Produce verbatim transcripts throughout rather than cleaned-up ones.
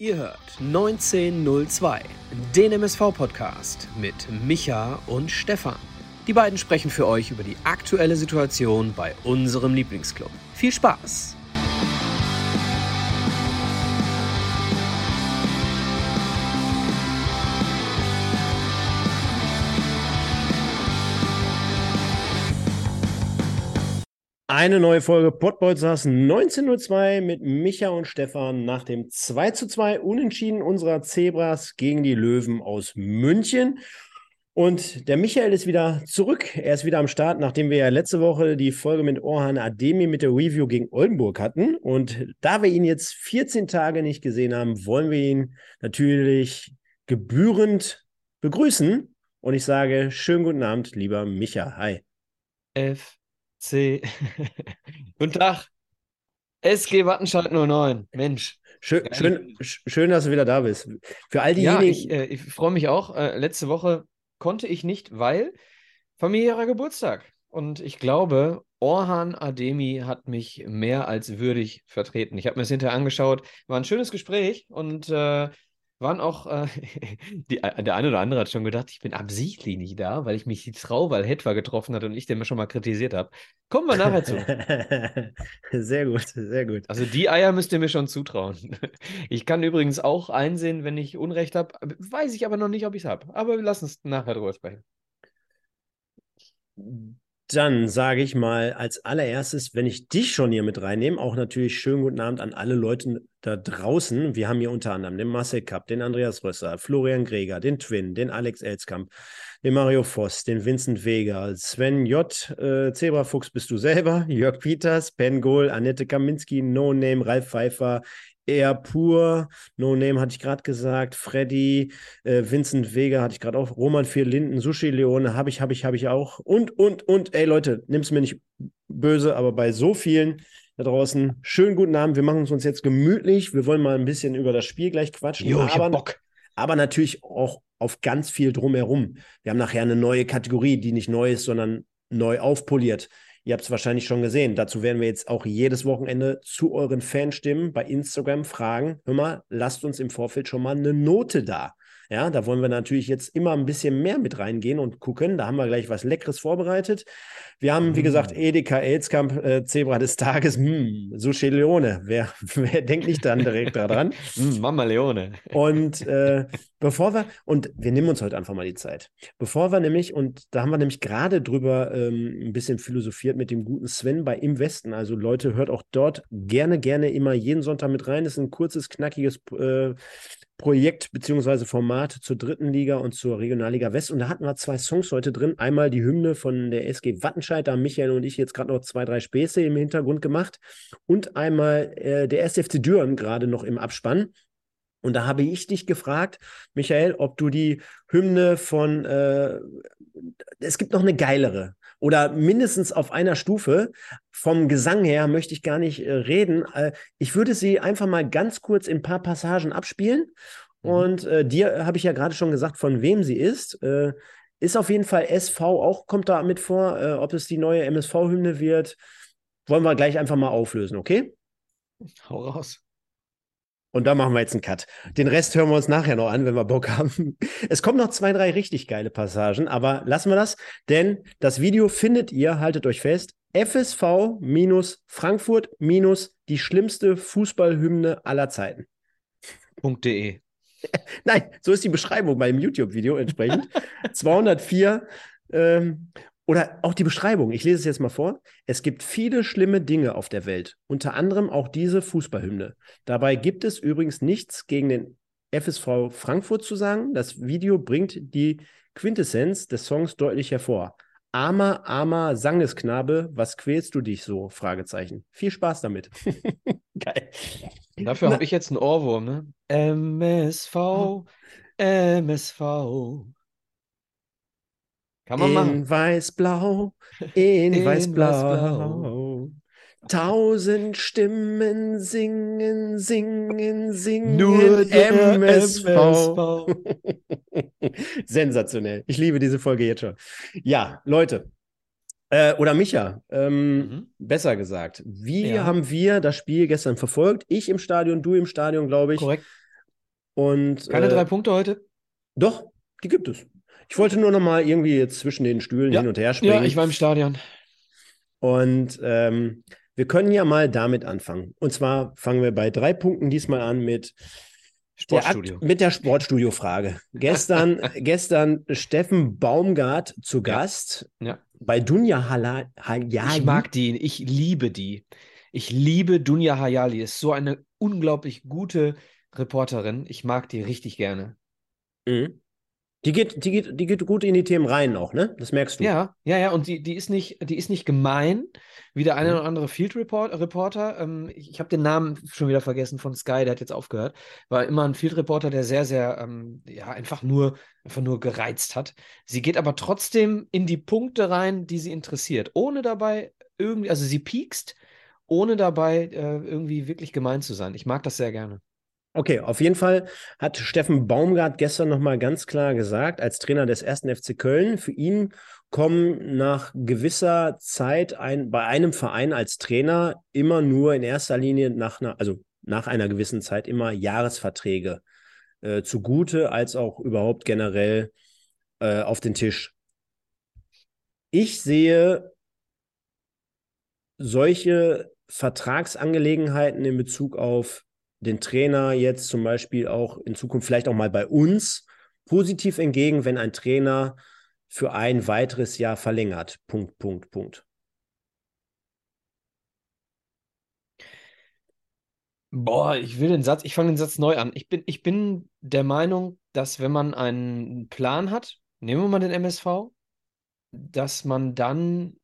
Ihr hört neunzehnhundertzwei, den M S V-Podcast mit Micha und Stefan. Die beiden sprechen für euch über die aktuelle Situation bei unserem Lieblingsclub. Viel Spaß! Eine neue Folge Pottbolzers neunzehnhundertzwei mit Micha und Stefan nach dem zwei zu zwei Unentschieden unserer Zebras gegen die Löwen aus München. Und der Michael ist wieder zurück. Er ist wieder am Start, nachdem wir ja letzte Woche die Folge mit Orhan Ademi mit der Review gegen Oldenburg hatten. Und da wir ihn jetzt vierzehn Tage nicht gesehen haben, wollen wir ihn natürlich gebührend begrüßen. Und ich sage, schönen guten Abend, lieber Micha. Hi. F C. Guten Tag. S G Wattenscheid null neun. Mensch. Schön, schön, schön, dass du wieder da bist. Für all Ja, diejenigen. ich, äh, ich freue mich auch. Äh, letzte Woche konnte ich nicht, weil familiärer Geburtstag. Und ich glaube, Orhan Ademi hat mich mehr als würdig vertreten. Ich habe mir das hinterher angeschaut. War ein schönes Gespräch und äh, waren auch, äh, die, der eine oder andere hat schon gedacht, ich bin absichtlich nicht da, weil ich mich die Trauwahl Hetwa getroffen hat und ich den schon mal kritisiert habe. Kommen wir nachher zu. Sehr gut, sehr gut. Also die Eier müsst ihr mir schon zutrauen. Ich kann übrigens auch einsehen, wenn ich Unrecht habe. Weiß ich aber noch nicht, ob ich es habe. Aber wir lassen es nachher drüber sprechen. Dann sage ich mal als allererstes, wenn ich dich schon hier mit reinnehme, auch natürlich schönen guten Abend an alle Leute da draußen. Wir haben hier unter anderem den Marcel Kapp, den Andreas Rösser, Florian Greger, den Twin, den Alex Elskamp, den Mario Voss, den Vincent Weger, Sven J., äh, Zebrafuchs bist du selber, Jörg Peters, Ben Gohl, Annette Kaminski, No Name, Ralf Pfeiffer, Air Pur, No Name hatte ich gerade gesagt, Freddy, äh, Vincent Vega hatte ich gerade auch, Roman Vier Linden, Sushi Leone, habe ich, habe ich, habe ich auch und, und, und, ey Leute, nimm's mir nicht böse, aber bei so vielen da draußen, schönen guten Abend, wir machen es uns jetzt gemütlich, wir wollen mal ein bisschen über das Spiel gleich quatschen, Jo, ich aber, hab Bock. aber natürlich auch auf ganz viel drumherum. Wir haben nachher eine neue Kategorie, die nicht neu ist, sondern neu aufpoliert. Ihr habt es wahrscheinlich schon gesehen. Dazu werden wir jetzt auch jedes Wochenende zu euren Fanstimmen bei Instagram fragen. Hör mal, lasst uns im Vorfeld schon mal eine Note da. Ja, da wollen wir natürlich jetzt immer ein bisschen mehr mit reingehen und gucken. Da haben wir gleich was Leckeres vorbereitet. Wir haben, wie gesagt, Edeka Elskamp, äh, Zebra des Tages. Hm, Sushi Leone. Wer, wer denkt nicht dann direkt daran? mm, Mama Leone. Und äh, bevor wir, und wir nehmen uns heute einfach mal die Zeit. Bevor wir nämlich, und da haben wir nämlich gerade drüber ähm, ein bisschen philosophiert mit dem guten Sven bei Im Westen. Also Leute, hört auch dort gerne, gerne immer jeden Sonntag mit rein. Das ist ein kurzes, knackiges äh, Projekt bzw. Format zur dritten Liga und zur Regionalliga West. Und da hatten wir zwei Songs heute drin. Einmal die Hymne von der S G Wattenscheid, da haben Michael und ich jetzt gerade noch zwei, drei Späße im Hintergrund gemacht. Und einmal äh, der erste F C Düren gerade noch im Abspann. Und da habe ich dich gefragt, Michael, ob du die Hymne von, äh, es gibt noch eine geilere oder mindestens auf einer Stufe. Vom Gesang her möchte ich gar nicht äh, reden. Äh, ich würde sie einfach mal ganz kurz in ein paar Passagen abspielen. Mhm. Und äh, dir habe ich ja gerade schon gesagt, von wem sie ist. Äh, ist auf jeden Fall S V auch, kommt da mit vor, äh, ob es die neue M S V-Hymne wird. Wollen wir gleich einfach mal auflösen, okay? Hau raus. Und da machen wir jetzt einen Cut. Den Rest hören wir uns nachher noch an, wenn wir Bock haben. Es kommen noch zwei, drei richtig geile Passagen, aber lassen wir das, denn das Video findet ihr, haltet euch fest, F S V Frankfurt die schlimmste Fußballhymne aller Zeiten. .de. Nein, so ist die Beschreibung beim YouTube-Video entsprechend. zweihundertvier ähm, Oder auch die Beschreibung, ich lese es jetzt mal vor. Es gibt viele schlimme Dinge auf der Welt, unter anderem auch diese Fußballhymne. Dabei gibt es übrigens nichts gegen den F S V Frankfurt zu sagen. Das Video bringt die Quintessenz des Songs deutlich hervor. Armer, armer Sangesknabe, was quälst du dich so? Fragezeichen. Viel Spaß damit. Geil. Dafür habe ich jetzt einen Ohrwurm, ne? M S V, M S V. Kann man in machen. Weiß-Blau, in, In Weiß-Blau. Tausend Stimmen singen, singen, singen. Nur der M S V. M S V. Sensationell. Ich liebe diese Folge jetzt schon. Ja, Leute. Äh, oder Micha, ähm, mhm. besser gesagt. Wie ja. haben wir das Spiel gestern verfolgt? Ich im Stadion, du im Stadion, glaube ich. Korrekt. Und Keine äh, drei Punkte heute? doch, die gibt es. Ich wollte nur noch mal irgendwie jetzt zwischen den Stühlen Ja. hin und her Ja, springen. ich war im Stadion. Und ähm, wir können ja mal damit anfangen. Und zwar fangen wir bei drei Punkten diesmal an mit der, Akt, Sportstudio. mit der Sportstudio-Frage. Gestern, gestern Steffen Baumgart zu Ja. Gast Ja. bei Dunja Hala- Hayali. Ich mag die, ich liebe die. Ich liebe Dunja Hayali, ist so eine unglaublich gute Reporterin. Ich mag die richtig gerne. Mhm. Die geht, die geht, die geht gut in die Themen rein auch, ne? Das merkst du. Ja, ja, ja, und die, die ist nicht, die ist nicht gemein, wie der eine Mhm. oder andere Field Report, Reporter. Ähm, ich ich habe den Namen schon wieder vergessen von Sky, der hat jetzt aufgehört. War immer ein Field Reporter, der sehr, sehr, ähm, ja, einfach nur, einfach nur gereizt hat. Sie geht aber trotzdem in die Punkte rein, die sie interessiert, ohne dabei irgendwie, also sie piekst, ohne dabei äh, irgendwie wirklich gemein zu sein. Ich mag das sehr gerne. Okay, auf jeden Fall hat Steffen Baumgart gestern nochmal ganz klar gesagt, als Trainer des ersten F C Köln, für ihn kommen nach gewisser Zeit ein, bei einem Verein als Trainer immer nur in erster Linie nach einer, also nach einer gewissen Zeit immer Jahresverträge äh, zugute, als auch überhaupt generell äh, auf den Tisch. Ich sehe solche Vertragsangelegenheiten in Bezug auf den Trainer jetzt zum Beispiel auch in Zukunft vielleicht auch mal bei uns positiv entgegen, wenn ein Trainer für ein weiteres Jahr verlängert. Punkt, Punkt, Punkt. Boah, ich will den Satz, ich fange den Satz neu an. Ich bin, ich bin der Meinung, dass wenn man einen Plan hat, nehmen wir mal den M S V, dass man dann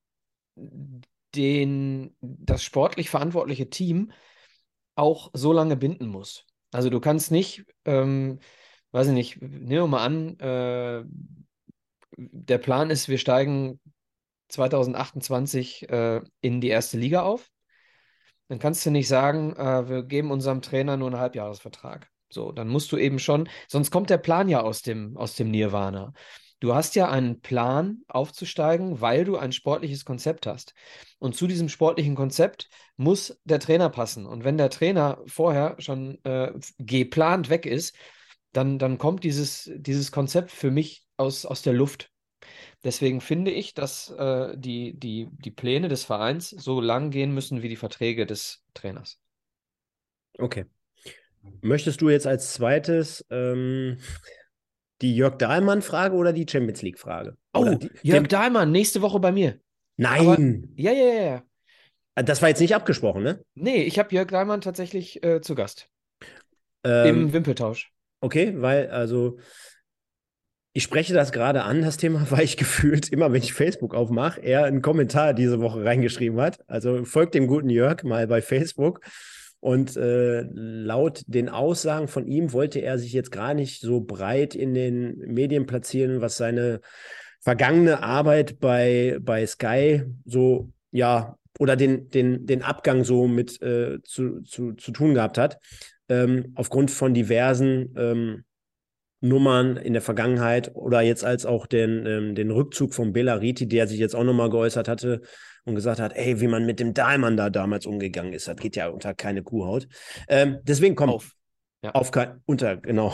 den, das sportlich verantwortliche Team auch so lange binden muss. Also du kannst nicht, ähm, weiß ich nicht, nehmen wir mal an, äh, der Plan ist, wir steigen zwanzig achtundzwanzig äh, in die erste Liga auf. Dann kannst du nicht sagen, äh, wir geben unserem Trainer nur einen Halbjahresvertrag. So, dann musst du eben schon, sonst kommt der Plan ja aus dem, aus dem Nirvana. Du hast ja einen Plan aufzusteigen, weil du ein sportliches Konzept hast. Und zu diesem sportlichen Konzept muss der Trainer passen. Und wenn der Trainer vorher schon äh, geplant weg ist, dann, dann kommt dieses, dieses Konzept für mich aus, aus der Luft. Deswegen finde ich, dass äh, die, die, die Pläne des Vereins so lang gehen müssen wie die Verträge des Trainers. Okay. Möchtest du jetzt als zweites ähm, die Jörg Dahlmann-Frage oder die Champions League-Frage? Oder Oh, die, Jörg den, Dahlmann, nächste Woche bei mir. Aber Nein! ja, ja, ja, ja. Das war jetzt nicht abgesprochen, ne? Nee, ich habe Jörg Dahlmann tatsächlich äh, zu Gast. Im Ähm, Wimpeltausch. okay, weil also ich spreche das gerade an, das Thema, weil ich gefühlt immer, wenn ich Facebook aufmache, er einen Kommentar diese Woche reingeschrieben hat. Also folgt dem guten Jörg mal bei Facebook. Und äh, laut den Aussagen von ihm wollte er sich jetzt gar nicht so breit in den Medien platzieren, was seine vergangene Arbeit bei, bei Sky so, ja, oder den, den, den Abgang so mit äh, zu, zu, zu tun gehabt hat. Ähm, aufgrund von diversen ähm, Nummern in der Vergangenheit oder jetzt als auch den, ähm, den Rückzug von Bela Reti, der sich jetzt auch nochmal geäußert hatte und gesagt hat, ey, wie man mit dem Dahlmann da damals umgegangen ist, das geht ja unter keine Kuhhaut. Ähm, deswegen komm, Auf. Ja. auf kein, unter, genau.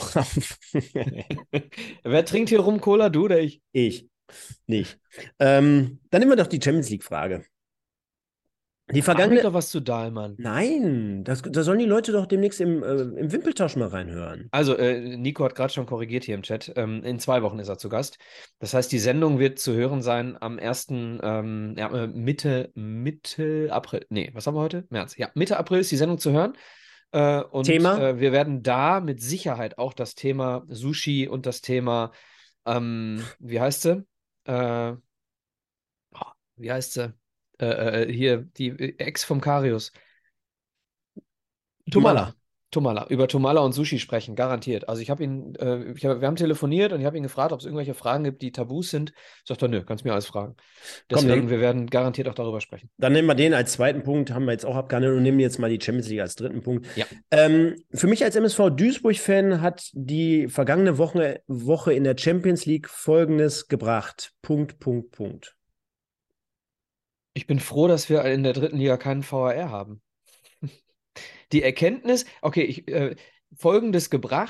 Wer trinkt hier rum Cola, du oder ich? Ich, nicht. Ähm, dann nehmen wir doch die Champions League-Frage. Die Sag mir vergangene, doch was zu Dahlmann. nein, das, da sollen die Leute doch demnächst im, äh, im Wimpeltausch mal reinhören. Also, äh, Nico hat gerade schon korrigiert hier im Chat. Ähm, in zwei Wochen ist er zu Gast. Das heißt, die Sendung wird zu hören sein am ersten Ähm, ja, äh, Mitte, Mitte April. Nee, was haben wir heute? März. Ja, Mitte April ist die Sendung zu hören. Äh, und Thema? äh, wir werden da mit Sicherheit auch das Thema Sushi und das Thema, ähm, wie heißt sie? Äh, oh, wie heißt sie? Äh, äh, hier, die äh, Ex vom Karius. Tomala. Tomala. Tomala. Über Tomala und Sushi sprechen, garantiert. Also ich habe ihn, äh, ich hab, wir haben telefoniert und ich habe ihn gefragt, ob es irgendwelche Fragen gibt, die Tabus sind. Sagt er, nö, kannst mir alles fragen. Komm, Deswegen, dann, wir werden garantiert auch darüber sprechen. Dann nehmen wir den als zweiten Punkt, haben wir jetzt auch abgehandelt und nehmen jetzt mal die Champions League als dritten Punkt. Ja. Ähm, für mich als M S V Duisburg-Fan hat die vergangene Woche, Woche in der Champions League Folgendes gebracht. Punkt, Punkt, Punkt. Ich bin froh, dass wir in der dritten Liga keinen V A R haben. Die Erkenntnis, okay, ich, äh, Folgendes gebracht,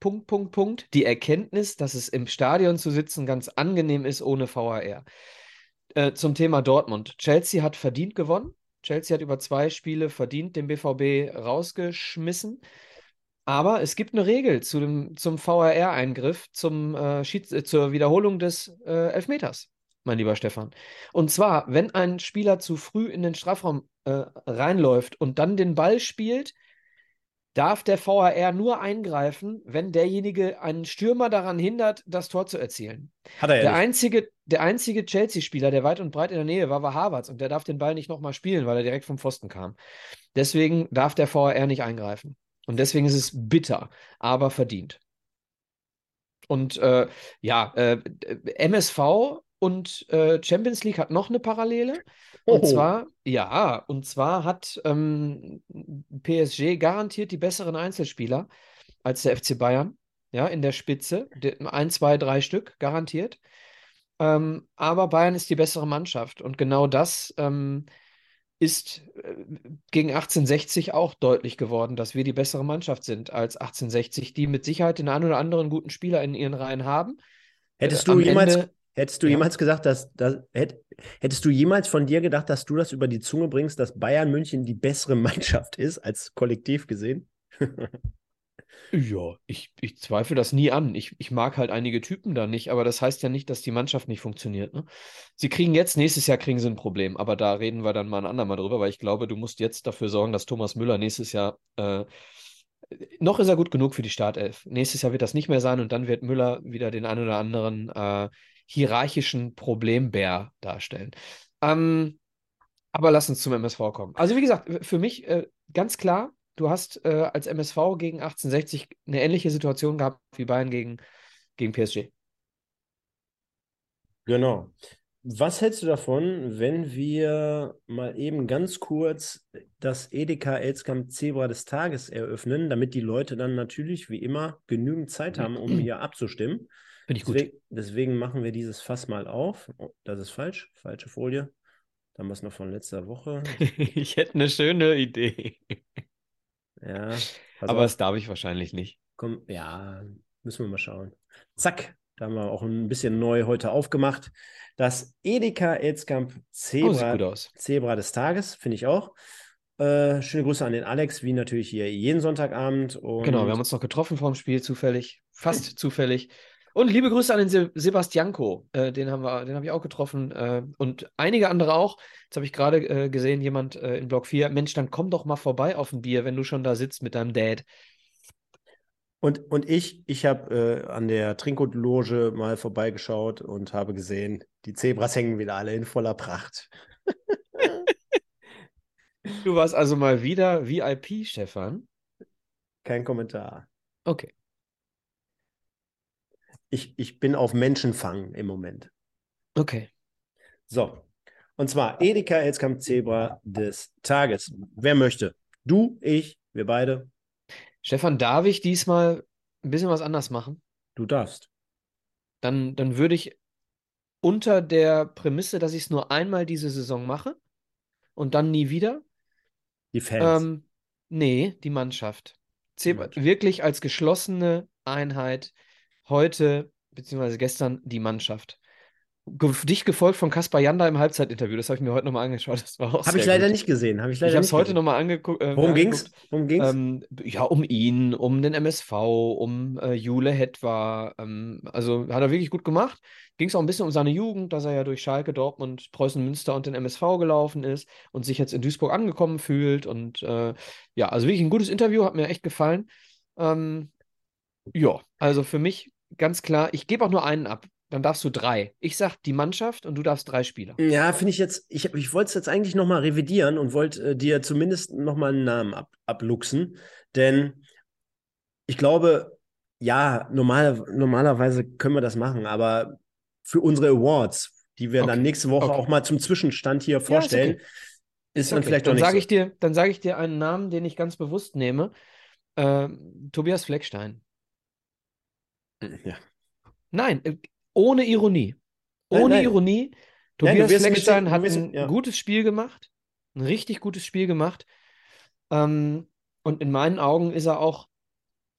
Punkt, Punkt, Punkt, die Erkenntnis, dass es im Stadion zu sitzen ganz angenehm ist ohne V A R. Äh, zum Thema Dortmund. Chelsea hat verdient gewonnen. Chelsea hat über zwei Spiele verdient den B V B rausgeschmissen. Aber es gibt eine Regel zu dem, zum V A R-Eingriff, zum, äh, Schieds äh, zur Wiederholung des äh, Elfmeters, mein lieber Stefan. Und zwar, wenn ein Spieler zu früh in den Strafraum äh, reinläuft und dann den Ball spielt, darf der V A R nur eingreifen, wenn derjenige einen Stürmer daran hindert, das Tor zu erzielen. Hat er ja Der nicht. einzige, der einzige Chelsea-Spieler, der weit und breit in der Nähe war, war Havertz und der darf den Ball nicht nochmal spielen, weil er direkt vom Pfosten kam. Deswegen darf der V A R nicht eingreifen. Und deswegen ist es bitter, aber verdient. Und äh, ja, äh, M S V und äh, Champions League hat noch eine Parallele. Und Oh. zwar, ja, und zwar hat ähm, P S G garantiert die besseren Einzelspieler als der F C Bayern. Ja, in der Spitze. De- Ein, zwei, drei Stück, garantiert. Ähm, aber Bayern ist die bessere Mannschaft. Und genau das ähm, ist äh, gegen achtzehnhundertsechzig auch deutlich geworden, dass wir die bessere Mannschaft sind als achtzehnhundertsechzig, die mit Sicherheit den einen oder anderen guten Spieler in ihren Reihen haben. Hättest Äh, du am jemals, Ende, hättest du ja. jemals gesagt, dass, dass hätt, hättest du jemals von dir gedacht, dass du das über die Zunge bringst, dass Bayern München die bessere Mannschaft ist, als kollektiv gesehen? Ja, ich, ich zweifle das nie an. Ich, ich mag halt einige Typen da nicht, aber das heißt ja nicht, dass die Mannschaft nicht funktioniert, ne? Sie kriegen jetzt, nächstes Jahr kriegen sie ein Problem, aber da reden wir dann mal ein andermal drüber, weil ich glaube, du musst jetzt dafür sorgen, dass Thomas Müller nächstes Jahr, äh, noch ist er gut genug für die Startelf. Nächstes Jahr wird das nicht mehr sein und dann wird Müller wieder den einen oder anderen äh, hierarchischen Problembär darstellen. Ähm, aber lass uns zum M S V kommen. Also wie gesagt, für mich äh, ganz klar, du hast äh, als M S V gegen achtzehnhundertsechzig eine ähnliche Situation gehabt wie Bayern gegen, gegen P S G. Genau. Was hältst du davon, wenn wir mal eben ganz kurz das Edeka Elskamp Zebra des Tages eröffnen, damit die Leute dann natürlich wie immer genügend Zeit haben, um hier abzustimmen? Finde ich gut. Deswegen, deswegen machen wir dieses Fass mal auf. Oh, das ist falsch, falsche Folie. Da haben wir es noch von letzter Woche. Ich hätte eine schöne Idee. Ja, pass Aber auf. das darf ich wahrscheinlich nicht. Komm, ja, müssen wir mal schauen. Zack, da haben wir auch ein bisschen neu heute aufgemacht. Das Edeka Elskamp Oh, sieht Zebra, gut aus. Zebra des Tages, finde ich auch. Äh, schöne Grüße an den Alex, wie natürlich hier jeden Sonntagabend. Und Genau, wir haben uns noch getroffen vor dem Spiel, zufällig. Fast zufällig. Und liebe Grüße an den Se Sebastianko. Äh, den haben wir, den habe ich auch getroffen. Äh, und einige andere auch. Jetzt habe ich gerade äh, gesehen, jemand äh, in Block vier. Mensch, dann komm doch mal vorbei auf ein Bier, wenn du schon da sitzt mit deinem Dad. Und, und ich, ich habe äh, an der Trinkgutloge mal vorbeigeschaut und habe gesehen, die Zebras hängen wieder alle in voller Pracht. Du warst also mal wieder V I P, Stefan. Kein Kommentar. Okay. Ich, ich bin auf Menschenfang im Moment. Okay. So, und zwar Edeka Elskamp Zebra des Tages. Wer möchte? Du, ich, wir beide. Stefan, darf ich diesmal ein bisschen was anders machen? Du darfst. Dann, dann würde ich unter der Prämisse, dass ich es nur einmal diese Saison mache und dann nie wieder. Die Fans. Ähm, nee, die Mannschaft. Zebra, Mannschaft. wirklich als geschlossene Einheit heute, beziehungsweise gestern, die Mannschaft. Ge Dich gefolgt von Kaspar Janda im Halbzeitinterview. Das habe ich mir heute nochmal angeschaut. Das war auch Habe ich sehr leider gut. nicht gesehen. Habe ich Ich leider habe nicht es heute gesehen. nochmal angeguckt. Äh, Worum mir ging's? angeguckt. Worum ging's? Ähm, ja, um ihn, um den M S V, um äh, Jule Hetwa. Ähm, also hat er wirklich gut gemacht. Ging es auch ein bisschen um seine Jugend, dass er ja durch Schalke, Dortmund, Preußen Münster und den M S V gelaufen ist und sich jetzt in Duisburg angekommen fühlt. Und äh, ja, also wirklich ein gutes Interview, hat mir echt gefallen. Ähm, ja, also für mich ganz klar, ich gebe auch nur einen ab. Dann darfst du drei. Ich sag die Mannschaft und du darfst drei Spieler. Ja, finde ich jetzt, ich, ich wollte es jetzt eigentlich nochmal revidieren und wollte äh, dir zumindest nochmal einen Namen ab, abluchsen. Denn ich glaube, ja, normal, normalerweise können wir das machen, aber für unsere Awards, die wir dann Okay. nächste Woche Okay. auch mal zum Zwischenstand hier Ja, ist vorstellen, okay. ist dann Okay, vielleicht doch dann nicht sage so. ich dir, dann sage ich dir einen Namen, den ich ganz bewusst nehme. Ähm, Tobias Fleckstein. Ja. Nein, äh, ohne Ironie. Nein, Ohne nein. Ironie. Nein, du Tobias wirst mit Fleckstein du hat wirst, ein ja. gutes Spiel gemacht. Ein richtig gutes Spiel gemacht. Ähm, und in meinen Augen ist er auch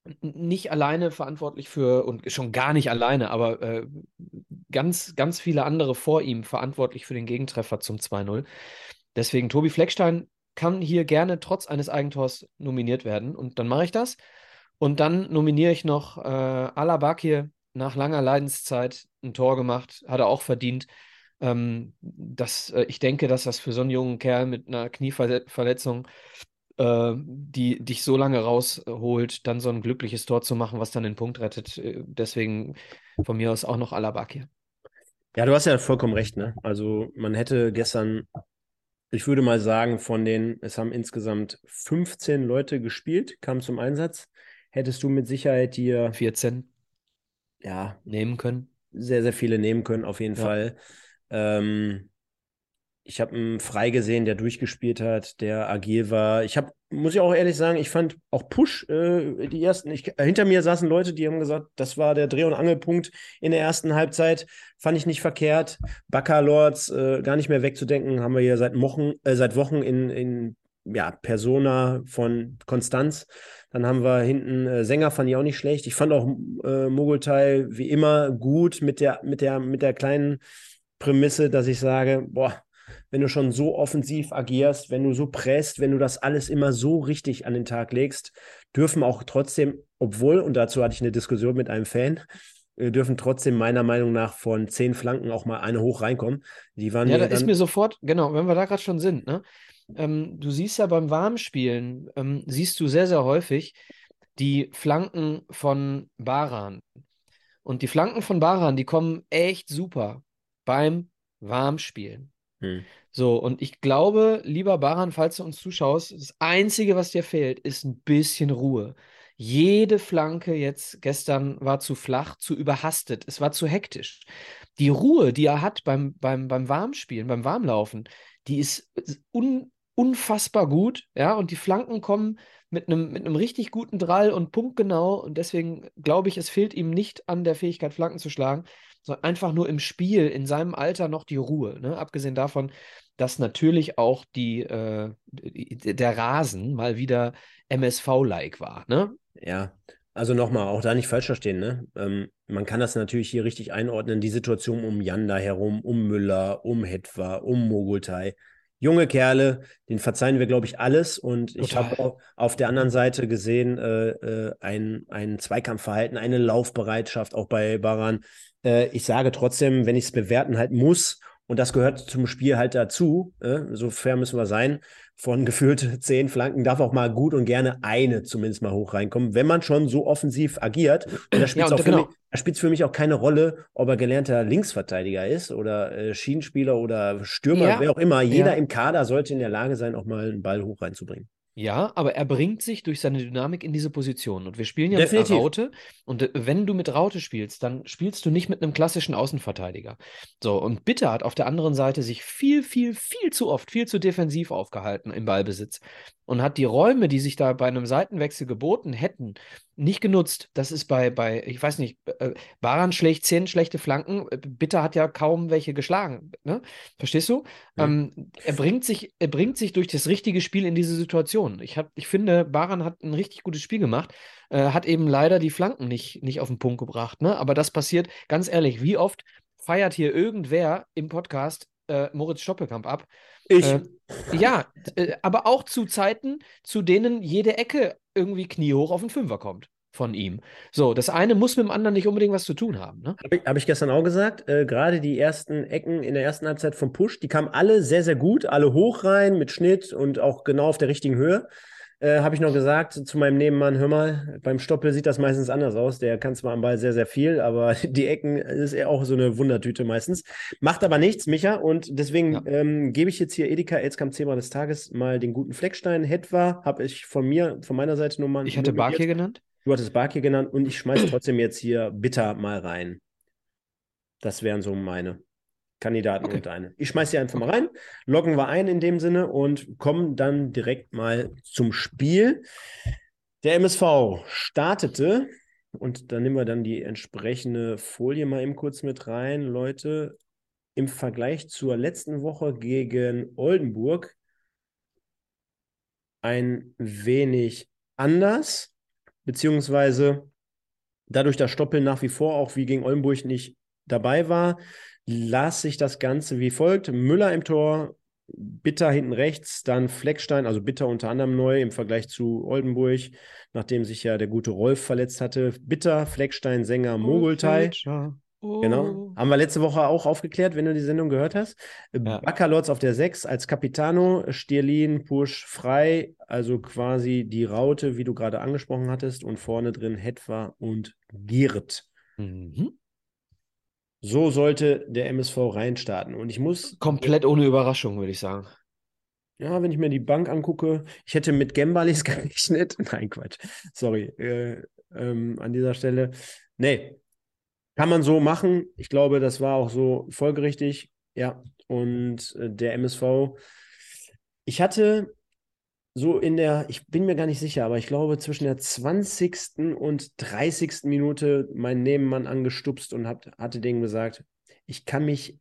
nicht alleine verantwortlich für, und schon gar nicht alleine, aber äh, ganz, ganz viele andere vor ihm verantwortlich für den Gegentreffer zum zwei null. Deswegen, Tobi Fleckstein kann hier gerne trotz eines Eigentors nominiert werden. Und dann mache ich das. Und dann nominiere ich noch äh, Alabakir, nach langer Leidenszeit ein Tor gemacht, hat er auch verdient. Ähm, das, äh, ich denke, dass das für so einen jungen Kerl mit einer Knieverletzung, äh, die dich so lange rausholt, dann so ein glückliches Tor zu machen, was dann den Punkt rettet. Äh, deswegen von mir aus auch noch Alabakir. Ja, du hast ja vollkommen recht, ne? Also man hätte gestern, ich würde mal sagen, von den, es haben insgesamt fünfzehn Leute gespielt, kamen zum Einsatz. Hättest du mit Sicherheit dir, vierzehn ja, nehmen können. sehr, sehr viele nehmen können, auf jeden Ja. Fall. Ähm, ich habe einen Frei gesehen, der durchgespielt hat, der agil war. Ich habe, muss ich auch ehrlich sagen, ich fand auch Push, äh, die ersten, ich, hinter mir saßen Leute, die haben gesagt, das war der Dreh- und Angelpunkt in der ersten Halbzeit. Fand ich nicht verkehrt. Baccalords, äh, gar nicht mehr wegzudenken, haben wir hier seit Wochen, äh, seit Wochen in, in ja, Persona von Konstanz. Dann haben wir hinten äh, Sänger, fand ich auch nicht schlecht. Ich fand auch äh, Mogultai wie immer gut mit der, mit der, mit der kleinen Prämisse, dass ich sage, boah, wenn du schon so offensiv agierst, wenn du so presst, wenn du das alles immer so richtig an den Tag legst, dürfen auch trotzdem, obwohl, und dazu hatte ich eine Diskussion mit einem Fan, äh, dürfen trotzdem meiner Meinung nach von zehn Flanken auch mal eine hoch reinkommen. Die waren Ja, da mir ist dann. mir sofort, genau, wenn wir da gerade schon sind, ne? Ähm, du siehst ja beim Warmspielen, ähm, siehst du sehr, sehr häufig die Flanken von Baran. Und die Flanken von Baran, die kommen echt super beim Warmspielen. Hm. So, und ich glaube, lieber Baran, falls du uns zuschaust, das Einzige, was dir fehlt, ist ein bisschen Ruhe. Jede Flanke jetzt gestern war zu flach, zu überhastet, es war zu hektisch. Die Ruhe, die er hat beim, beim, beim Warmspielen, beim Warmlaufen, die ist un, unfassbar gut, ja, und die Flanken kommen mit einem mit einem richtig guten Drall und punktgenau, und deswegen glaube ich, es fehlt ihm nicht an der Fähigkeit, Flanken zu schlagen, sondern einfach nur im Spiel, in seinem Alter noch die Ruhe, ne? Abgesehen davon, dass natürlich auch die, äh, die, der Rasen mal wieder M S V-like war, ne? Ja, also nochmal, auch da nicht falsch verstehen, ne? Ähm, man kann das natürlich hier richtig einordnen, die Situation um Janda herum, um Müller, um Hetwa, um Mogultai. Junge Kerle, denen verzeihen wir, glaube ich, alles. Und ich habe Total. auch auf der anderen Seite gesehen, äh, äh, ein, ein Zweikampfverhalten, eine Laufbereitschaft auch bei Baran. Äh, ich sage trotzdem, wenn ich es bewerten halt muss, und das gehört zum Spiel halt dazu, äh, so fair müssen wir sein, von gefühlt zehn Flanken darf auch mal gut und gerne eine zumindest mal hoch reinkommen, wenn man schon so offensiv agiert. Und da Ja, spielt es und auch für mich, genau. da spielt für mich auch keine Rolle, ob er gelernter Linksverteidiger ist oder äh, Schienenspieler oder Stürmer, Ja, wer auch immer. Jeder ja. im Kader sollte in der Lage sein, auch mal einen Ball hoch reinzubringen. Ja, aber er bringt sich durch seine Dynamik in diese Position. Und wir spielen ja mit einer Definitiv. Raute. Und äh, wenn du mit Raute spielst, dann spielst du nicht mit einem klassischen Außenverteidiger. So, und Bitter hat auf der anderen Seite sich viel, viel, viel zu oft, viel zu defensiv aufgehalten im Ballbesitz. Und hat die Räume, die sich da bei einem Seitenwechsel geboten hätten, nicht genutzt. Das ist bei, bei, ich weiß nicht, äh, Baran schlägt zehn schlechte Flanken. Äh, Bitter hat ja kaum welche geschlagen. Ne? Verstehst du? Hm. Ähm, er bringt sich, er bringt sich durch das richtige Spiel in diese Situation. Ich, hab, ich finde, Baran hat ein richtig gutes Spiel gemacht, äh, hat eben leider die Flanken nicht, nicht auf den Punkt gebracht. Ne? Aber das passiert, ganz ehrlich, wie oft feiert hier irgendwer im Podcast äh, Moritz Stoppelkamp ab? Ich. Äh, ja, äh, aber auch zu Zeiten, zu denen jede Ecke irgendwie kniehoch auf den Fünfer kommt von ihm. So, das eine muss mit dem anderen nicht unbedingt was zu tun haben. Ne? Habe ich, hab ich gestern auch gesagt, äh, gerade die ersten Ecken in der ersten Halbzeit vom Push, die kamen alle sehr, sehr gut, alle hoch rein mit Schnitt und auch genau auf der richtigen Höhe. Äh, habe ich noch gesagt zu meinem Nebenmann, hör mal, beim Stoppel sieht das meistens anders aus. Der kann zwar am Ball sehr, sehr viel, aber die Ecken ist eher auch so eine Wundertüte meistens. Macht aber nichts, Micha. Und deswegen Ja. ähm, gebe ich jetzt hier Edeka Elskamp-Thema des Tages mal den guten Fleckstein. Hetwa habe ich von mir, von meiner Seite nur mal Ich hatte Bakir nominiert. genannt. Du hattest Barkey genannt und ich schmeiß trotzdem jetzt hier Bitter mal rein. Das wären so meine Kandidaten Okay, und deine. Ich schmeiß sie einfach mal okay. rein, loggen wir ein in dem Sinne und kommen dann direkt mal zum Spiel. Der M S V startete, und da nehmen wir dann die entsprechende Folie mal eben kurz mit rein, Leute, im Vergleich zur letzten Woche gegen Oldenburg ein wenig anders. beziehungsweise dadurch, dass Stoppel nach wie vor auch wie gegen Oldenburg nicht dabei war, las sich das Ganze wie folgt: Müller im Tor, Bitter hinten rechts, dann Fleckstein, also Bitter unter anderem neu im Vergleich zu Oldenburg, nachdem sich ja der gute Rolf verletzt hatte. Bitter, Fleckstein, Sänger, Mogultai. Oh. Genau. Haben wir letzte Woche auch aufgeklärt, wenn du die Sendung gehört hast. Ja. Baccalords auf der sechs als Capitano, Stierlin, Pusch, Frei, also quasi die Raute, wie du gerade angesprochen hattest, und vorne drin Hetwa und Giert. Mhm. So sollte der M S V reinstarten. Und ich muss. Komplett ohne Überraschung, würde ich sagen. Ja, wenn ich mir die Bank angucke, ich hätte mit Gembalis gerechnet. Nein, Quatsch. Sorry. Äh, ähm, an dieser Stelle. Nee. Kann man so machen. Ich glaube, das war auch so folgerichtig. Ja. Und äh, der M S V. Ich hatte so in der, ich bin mir gar nicht sicher, aber ich glaube, zwischen der zwanzigsten und dreißigsten Minute meinen Nebenmann angestupst und hab, hatte dem gesagt, ich kann mich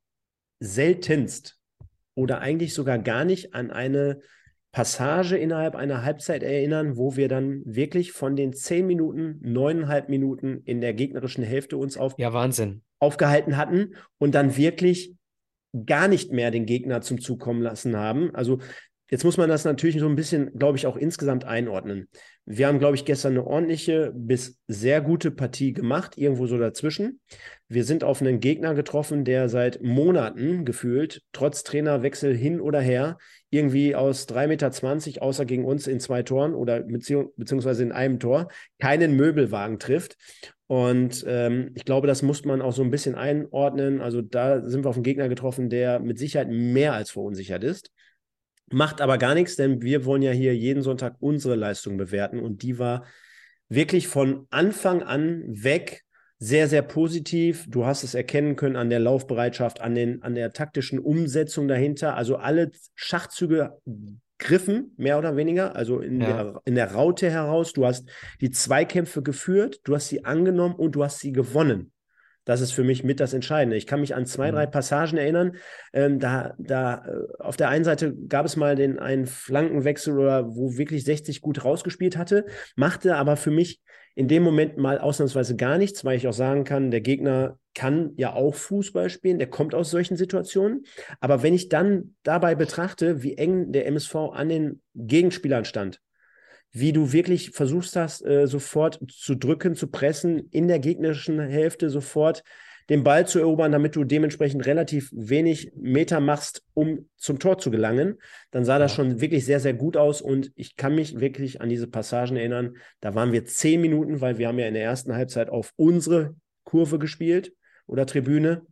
seltenst oder eigentlich sogar gar nicht an eine Passage innerhalb einer Halbzeit erinnern, wo wir dann wirklich von den zehn Minuten, neuneinhalb Minuten in der gegnerischen Hälfte uns auf, Ja, Wahnsinn. aufgehalten hatten und dann wirklich gar nicht mehr den Gegner zum Zug kommen lassen haben. Also jetzt muss man das natürlich so ein bisschen, glaube ich, auch insgesamt einordnen. Wir haben, glaube ich, gestern eine ordentliche bis sehr gute Partie gemacht, irgendwo so dazwischen. Wir sind auf einen Gegner getroffen, der seit Monaten gefühlt, trotz Trainerwechsel hin oder her, irgendwie aus drei Meter zwanzig, außer gegen uns in zwei Toren oder bezieh beziehungsweise in einem Tor, keinen Möbelwagen trifft. Und ähm, ich glaube, das muss man auch so ein bisschen einordnen. Also da sind wir auf einen Gegner getroffen, der mit Sicherheit mehr als verunsichert ist. Macht aber gar nichts, denn wir wollen ja hier jeden Sonntag unsere Leistung bewerten. Und die war wirklich von Anfang an weg sehr, sehr positiv. Du hast es erkennen können an der Laufbereitschaft, an, den, an der taktischen Umsetzung dahinter. Also alle Schachzüge griffen, mehr oder weniger, also in, Ja. der, in der Raute heraus. Du hast die Zweikämpfe geführt, du hast sie angenommen und du hast sie gewonnen. Das ist für mich mit das Entscheidende. Ich kann mich an zwei, Mhm. drei Passagen erinnern. Ähm, da, da äh, auf der einen Seite gab es mal den einen Flankenwechsel, oder wo wirklich sechzig gut rausgespielt hatte, machte aber für mich in dem Moment mal ausnahmsweise gar nichts, weil ich auch sagen kann, der Gegner kann ja auch Fußball spielen, der kommt aus solchen Situationen. Aber wenn ich dann dabei betrachte, wie eng der M S V an den Gegenspielern stand, wie du wirklich versuchst hast, äh, sofort zu drücken, zu pressen, in der gegnerischen Hälfte sofort den Ball zu erobern, damit du dementsprechend relativ wenig Meter machst, um zum Tor zu gelangen, dann sah das Ja. schon wirklich sehr, sehr gut aus. Und ich kann mich wirklich an diese Passagen erinnern. Da waren wir zehn Minuten, weil wir haben ja in der ersten Halbzeit auf unsere Kurve gespielt oder Tribüne.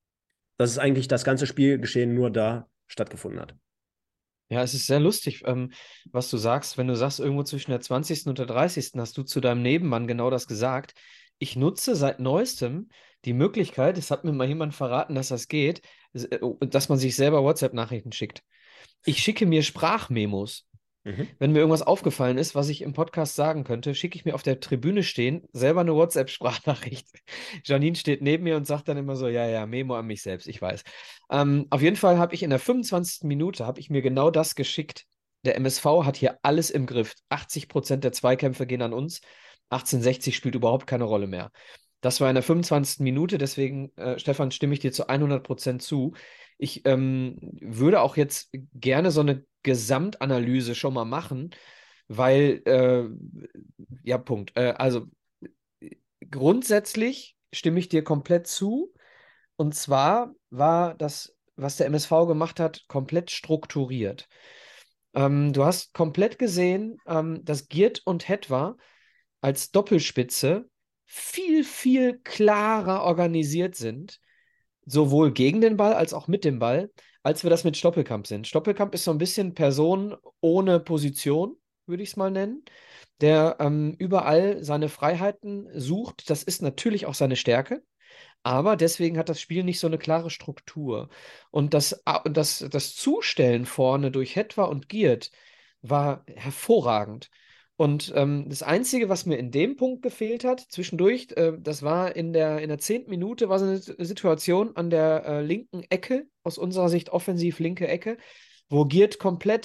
Das ist eigentlich das ganze Spielgeschehen nur da stattgefunden hat. Ja, es ist sehr lustig, ähm, was du sagst. Wenn du sagst, irgendwo zwischen der zwanzigsten und der dreißigsten hast du zu deinem Nebenmann genau das gesagt. Ich nutze seit neuestem die Möglichkeit, es hat mir mal jemand verraten, dass das geht, s- äh, dass man sich selber WhatsApp-Nachrichten schickt. Ich schicke mir Sprachmemos. Mhm. Wenn mir irgendwas aufgefallen ist, was ich im Podcast sagen könnte, schicke ich mir auf der Tribüne stehen selber eine WhatsApp-Sprachnachricht. Janine steht neben mir und sagt dann immer so, ja, ja, Memo an mich selbst, ich weiß. Ähm, auf jeden Fall habe ich in der fünfundzwanzigsten Minute habe ich mir genau das geschickt. Der M S V hat hier alles im Griff. achtzig Prozent der Zweikämpfe gehen an uns. achtzehnhundertsechzig spielt überhaupt keine Rolle mehr. Das war in der fünfundzwanzigsten Minute, deswegen, äh, Stefan, stimme ich dir zu hundert Prozent zu. Ich ähm, würde auch jetzt gerne so eine Gesamtanalyse schon mal machen, weil, äh, ja, Punkt. Äh, also grundsätzlich stimme ich dir komplett zu. Und zwar war das, was der M S V gemacht hat, komplett strukturiert. Ähm, du hast komplett gesehen, ähm, dass Giert und Hetwa als Doppelspitze viel, viel klarer organisiert sind, sowohl gegen den Ball als auch mit dem Ball, als wir das mit Stoppelkamp sind. Stoppelkamp ist so ein bisschen Person ohne Position, würde ich es mal nennen, der ähm, überall seine Freiheiten sucht. Das ist natürlich auch seine Stärke. Aber deswegen hat das Spiel nicht so eine klare Struktur. Und das, ah, das, das Zustellen vorne durch Hetwa und Giert war hervorragend. Und ähm, das Einzige, was mir in dem Punkt gefehlt hat, zwischendurch, äh, das war in der, in der zehnten Minute, war so eine Situation an der äh, linken Ecke, aus unserer Sicht offensiv linke Ecke, wo Giert komplett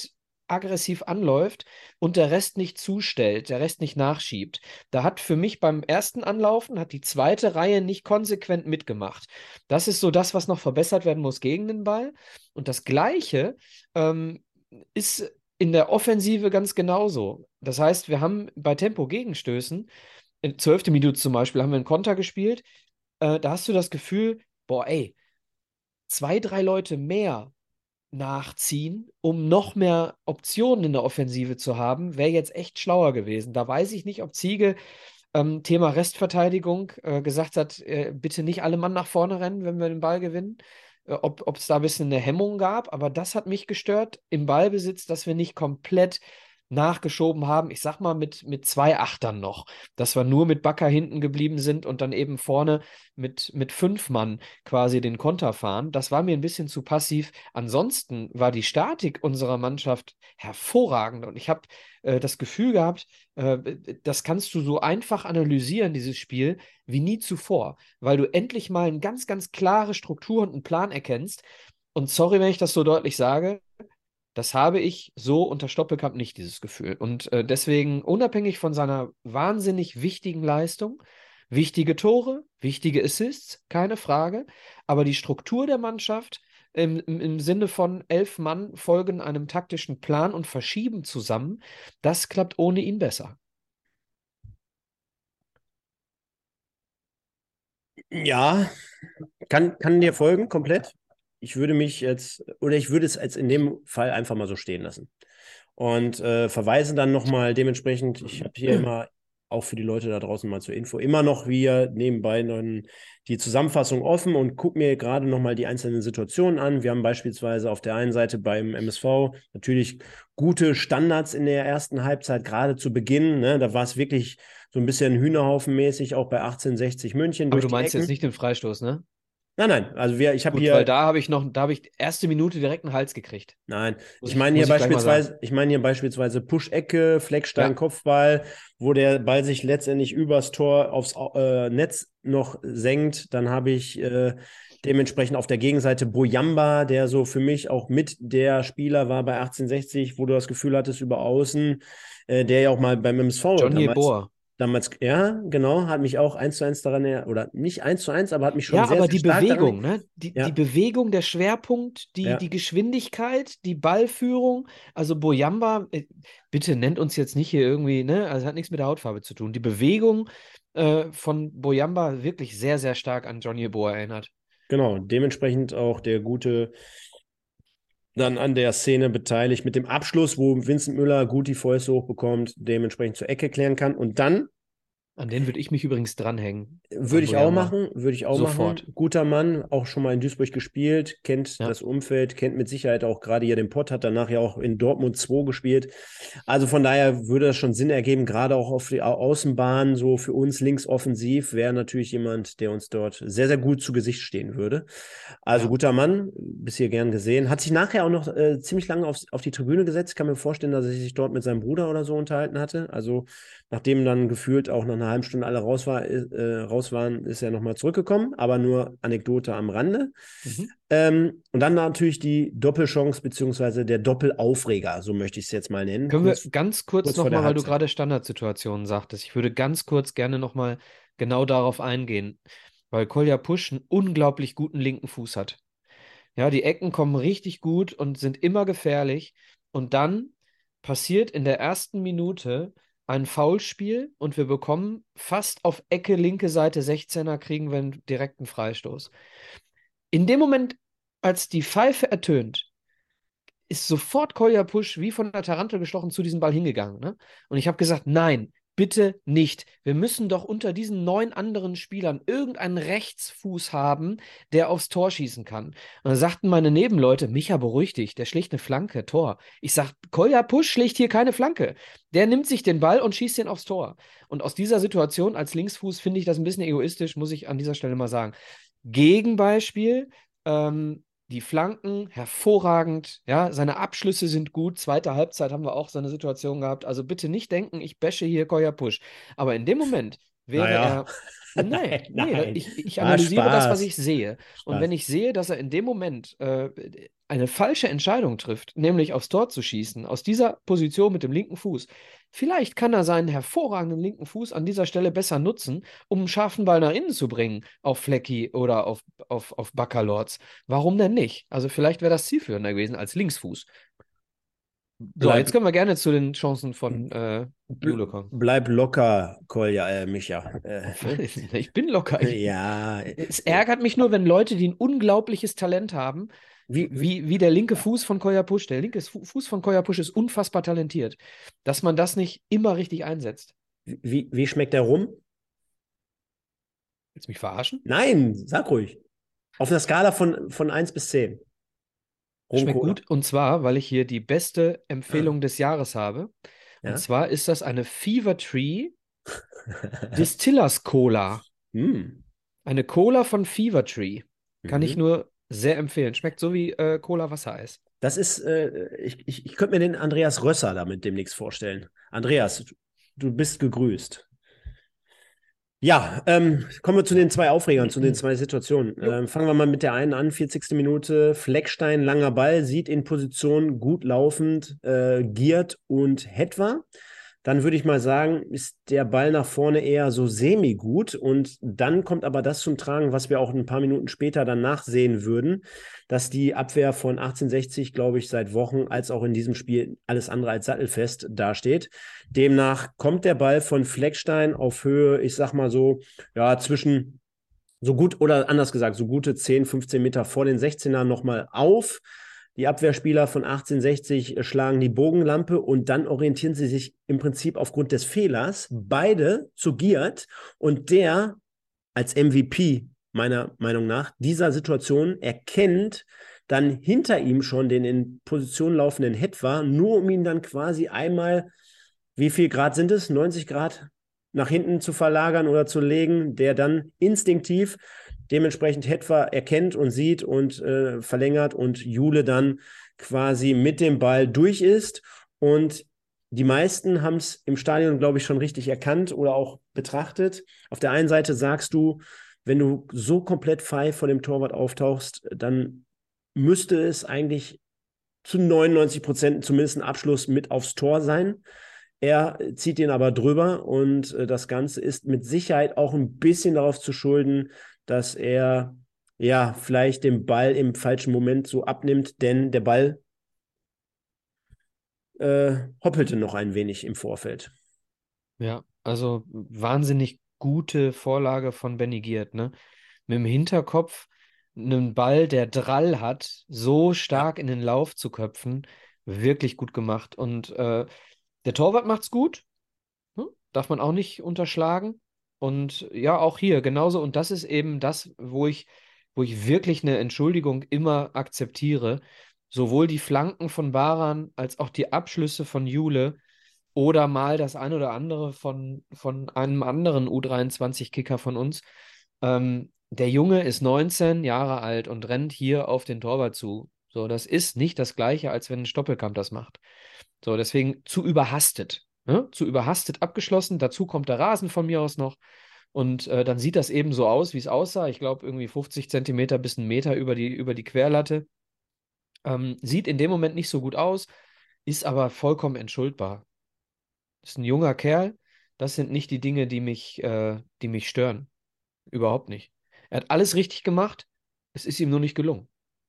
aggressiv anläuft und der Rest nicht zustellt, der Rest nicht nachschiebt. Da hat für mich beim ersten Anlaufen, hat die zweite Reihe nicht konsequent mitgemacht. Das ist so das, was noch verbessert werden muss gegen den Ball. Und das Gleiche ähm, ist in der Offensive ganz genauso. Das heißt, wir haben bei Tempo-Gegenstößen, in zwölfter Minute zum Beispiel, haben wir einen Konter gespielt, äh, da hast du das Gefühl, boah, ey, zwei, drei Leute mehr nachziehen, um noch mehr Optionen in der Offensive zu haben, wäre jetzt echt schlauer gewesen. Da weiß ich nicht, ob Ziege ähm, Thema Restverteidigung äh, gesagt hat, äh, bitte nicht alle Mann nach vorne rennen, wenn wir den Ball gewinnen. Äh, ob es da ein bisschen eine Hemmung gab, aber das hat mich gestört im Ballbesitz, dass wir nicht komplett nachgeschoben haben, ich sag mal mit, mit zwei Achtern noch, dass wir nur mit Bakker hinten geblieben sind und dann eben vorne mit, mit fünf Mann quasi den Konter fahren. Das war mir ein bisschen zu passiv. Ansonsten war die Statik unserer Mannschaft hervorragend und ich habe äh, das Gefühl gehabt, äh, das kannst du so einfach analysieren, dieses Spiel, wie nie zuvor, weil du endlich mal eine ganz, ganz klare Struktur und einen Plan erkennst. Und sorry, wenn ich das so deutlich sage, das habe ich so unter Stoppelkamp nicht, dieses Gefühl. Und äh, deswegen, unabhängig von seiner wahnsinnig wichtigen Leistung, wichtige Tore, wichtige Assists, keine Frage, aber die Struktur der Mannschaft im, im, im Sinne von elf Mann folgen einem taktischen Plan und verschieben zusammen, das klappt ohne ihn besser. Ja, kann, kann dir folgen, komplett. Ich würde mich jetzt, oder ich würde es als in dem Fall einfach mal so stehen lassen. Und äh, verweise dann nochmal dementsprechend, ich habe hier immer, auch für die Leute da draußen mal zur Info, immer noch hier nebenbei noch die Zusammenfassung offen und gucke mir gerade nochmal die einzelnen Situationen an. Wir haben beispielsweise auf der einen Seite beim M S V natürlich gute Standards in der ersten Halbzeit, gerade zu Beginn. Ne? Da war es wirklich so ein bisschen Hühnerhaufenmäßig, auch bei achtzehnhundertsechzig München Aber durch du die meinst Ecken. jetzt nicht den Freistoß, ne? Nein, nein, also wir, ich habe Gut, hier. weil da habe ich noch, da habe ich erste Minute direkt einen Hals gekriegt. Nein, Muss ich ich, meine hier muss ich gleich mal sagen. beispielsweise, ich meine hier beispielsweise Push-Ecke, Fleckstein, Ja. Kopfball, wo der Ball sich letztendlich übers Tor aufs äh, Netz noch senkt. Dann habe ich äh, dementsprechend auf der Gegenseite Boyamba, der so für mich auch mit der Spieler war bei achtzehnhundertsechzig, wo du das Gefühl hattest über außen, äh, der ja auch mal beim M S V Johnny damals, Bohr. damals, ja, genau, hat mich auch eins zu eins daran erinnert, oder nicht eins zu eins, aber hat mich schon Ja, sehr, aber sehr die stark daran Bewegung, ne? Die, Ja. die Bewegung, der Schwerpunkt, die, Ja. die Geschwindigkeit, die Ballführung. Also Boyamba, äh, bitte nennt uns jetzt nicht hier irgendwie, ne? Also hat nichts mit der Hautfarbe zu tun. Die Bewegung äh, von Boyamba wirklich sehr, sehr stark an Johnny Bohr erinnert. Genau, dementsprechend auch der gute dann an der Szene beteiligt mit dem Abschluss, wo Vincent Müller gut die Fäuste hochbekommt, dementsprechend zur Ecke klären kann. Und dann An den würde ich mich übrigens dranhängen. würde ich auch machen, würde ich auch Sofort. machen. Guter Mann, auch schon mal in Duisburg gespielt, kennt Ja. das Umfeld, kennt mit Sicherheit auch gerade hier den Pott, hat danach ja auch in Dortmund zwei gespielt. Also von daher würde das schon Sinn ergeben, gerade auch auf die Au- Außenbahn, so für uns links offensiv, wäre natürlich jemand, der uns dort sehr, sehr gut zu Gesicht stehen würde. Also Ja. guter Mann, bis hier gern gesehen. Hat sich nachher auch noch äh, ziemlich lange auf, auf die Tribüne gesetzt. Kann mir vorstellen, dass er sich dort mit seinem Bruder oder so unterhalten hatte. Also nachdem dann gefühlt auch nach einer halben Stunde alle raus, war, äh, raus waren, ist er nochmal zurückgekommen. Aber nur Anekdote am Rande. Mhm. Ähm, und dann natürlich die Doppelchance beziehungsweise der Doppelaufreger, so möchte ich es jetzt mal nennen. Können kurz, wir ganz kurz, kurz vor der nochmal, weil du Halbzeit. gerade Standardsituationen sagtest, ich würde ganz kurz gerne nochmal genau darauf eingehen, weil Kolja Pusch einen unglaublich guten linken Fuß hat. Ja, die Ecken kommen richtig gut und sind immer gefährlich. Und dann passiert in der ersten Minute ein Foulspiel und wir bekommen fast auf Ecke linke Seite sechzehner, kriegen wir einen direkten Freistoß. In dem Moment, als die Pfeife ertönt, ist sofort Kolja Pusch wie von der Tarantel gestochen zu diesem Ball hingegangen. Ne? Und ich habe gesagt, nein, bitte nicht. Wir müssen doch unter diesen neun anderen Spielern irgendeinen Rechtsfuß haben, der aufs Tor schießen kann. Und dann sagten meine Nebenleute, Micha, beruhig dich, der schlägt eine Flanke, Tor. Ich sage, Kolja Pusch schlägt hier keine Flanke. Der nimmt sich den Ball und schießt den aufs Tor. Und aus dieser Situation als Linksfuß finde ich das ein bisschen egoistisch, muss ich an dieser Stelle mal sagen. Gegenbeispiel, ähm, die Flanken hervorragend, ja, seine Abschlüsse sind gut. Zweite Halbzeit haben wir auch so eine Situation gehabt. Also bitte nicht denken, ich bashe hier Kolja Pusch. Aber in dem Moment wäre Naja. er. Nee, Nein, nee, nein. ich, ich War analysiere das, was Spaß. ich sehe. Und Spaß. wenn ich sehe, dass er in dem Moment äh, eine falsche Entscheidung trifft, nämlich aufs Tor zu schießen, aus dieser Position mit dem linken Fuß, vielleicht kann er seinen hervorragenden linken Fuß an dieser Stelle besser nutzen, um einen scharfen Ball nach innen zu bringen, auf Flecky oder auf, auf, auf Baccalords. Warum denn nicht? Also vielleicht wäre das zielführender gewesen als Linksfuß. So, Bleib, jetzt können wir gerne zu den Chancen von äh, Jule kommen. bleib locker, Kolja, äh, Micha. Äh, ne? Ich bin locker. Ich, Ja. es ärgert mich nur, wenn Leute, die ein unglaubliches Talent haben, Wie, wie, wie, wie der linke Fuß von Koya Pusch. Der linke Fu- Fuß von Koya Pusch ist unfassbar talentiert, dass man das nicht immer richtig einsetzt. wie, wie schmeckt der rum? Willst du mich verarschen? Nein, sag ruhig. Auf einer Skala von, von eins bis zehn. Schmeckt Rum-Cola. gut, und zwar, weil ich hier die beste Empfehlung des Jahres habe. Und Ja? zwar ist das eine Fever Tree Distillers Cola. Hm. Eine Cola von Fever Tree. Kann ich Mhm. nur sehr empfehlen. Schmeckt so wie äh, Cola Wassereis. Das ist, äh, ich, ich, ich könnte mir den Andreas Rösser damit demnächst vorstellen. Andreas, du bist gegrüßt. Ja, ähm, kommen wir zu den zwei Aufregern, zu den zwei Situationen. Jo. Ähm, fangen wir mal mit der einen an, vierzigste Minute. Fleckstein, langer Ball, sieht in Position, gut laufend, äh, Giert und Hetwa. Dann würde ich mal sagen, ist der Ball nach vorne eher so semi-gut. Und dann kommt aber das zum Tragen, was wir auch ein paar Minuten später dann nachsehen würden, dass die Abwehr von achtzehnhundertsechzig, glaube ich, seit Wochen als auch in diesem Spiel alles andere als sattelfest dasteht. Demnach kommt der Ball von Fleckstein auf Höhe, ich sag mal so, ja, zwischen so gut oder anders gesagt, so gute zehn, fünfzehn Meter vor den sechzehnern nochmal auf. Die Abwehrspieler von achtzehnhundertsechzig schlagen die Bogenlampe und dann orientieren sie sich im Prinzip aufgrund des Fehlers beide zu Giert und der als M V P meiner Meinung nach dieser Situation erkennt dann hinter ihm schon den in Position laufenden Hetwa, nur um ihn dann quasi einmal, wie viel Grad sind es? neunzig Grad nach hinten zu verlagern oder zu legen, der dann instinktiv dementsprechend Hetwa erkennt und sieht und äh, verlängert und Jule dann quasi mit dem Ball durch ist. Und die meisten haben es im Stadion, glaube ich, schon richtig erkannt oder auch betrachtet. Auf der einen Seite sagst du, wenn du so komplett frei vor dem Torwart auftauchst, dann müsste es eigentlich zu neunundneunzig Prozent zumindest ein Abschluss mit aufs Tor sein. Er zieht ihn aber drüber und äh, das Ganze ist mit Sicherheit auch ein bisschen darauf zu schulden, dass er ja vielleicht den Ball im falschen Moment so abnimmt, denn der Ball äh, hoppelte noch ein wenig im Vorfeld. Ja, also wahnsinnig gute Vorlage von Benny Giert, ne? Mit dem Hinterkopf einen Ball, der Drall hat, so stark Ja. in den Lauf zu köpfen, wirklich gut gemacht. Und äh, der Torwart macht's gut, ne? Darf man auch nicht unterschlagen. Und ja, auch hier genauso. Und das ist eben das, wo ich, wo ich wirklich eine Entschuldigung immer akzeptiere. Sowohl die Flanken von Baran als auch die Abschlüsse von Jule oder mal das ein oder andere von, von einem anderen U dreiundzwanzig-Kicker von uns. Ähm, der Junge ist neunzehn Jahre alt und rennt hier auf den Torwart zu. So, das ist nicht das Gleiche, als wenn ein Stoppelkamp das macht. So, deswegen zu überhastet. Ne? Zu überhastet abgeschlossen. Dazu kommt der Rasen von mir aus noch. Und äh, dann sieht das eben so aus, wie es aussah. Ich glaube, irgendwie fünfzig Zentimeter bis einen Meter über die, über die Querlatte. Ähm, sieht in dem Moment nicht so gut aus, ist aber vollkommen entschuldbar. Ist ein junger Kerl. Das sind nicht die Dinge, die mich, äh, die mich stören. Überhaupt nicht. Er hat alles richtig gemacht. Es ist ihm nur nicht gelungen.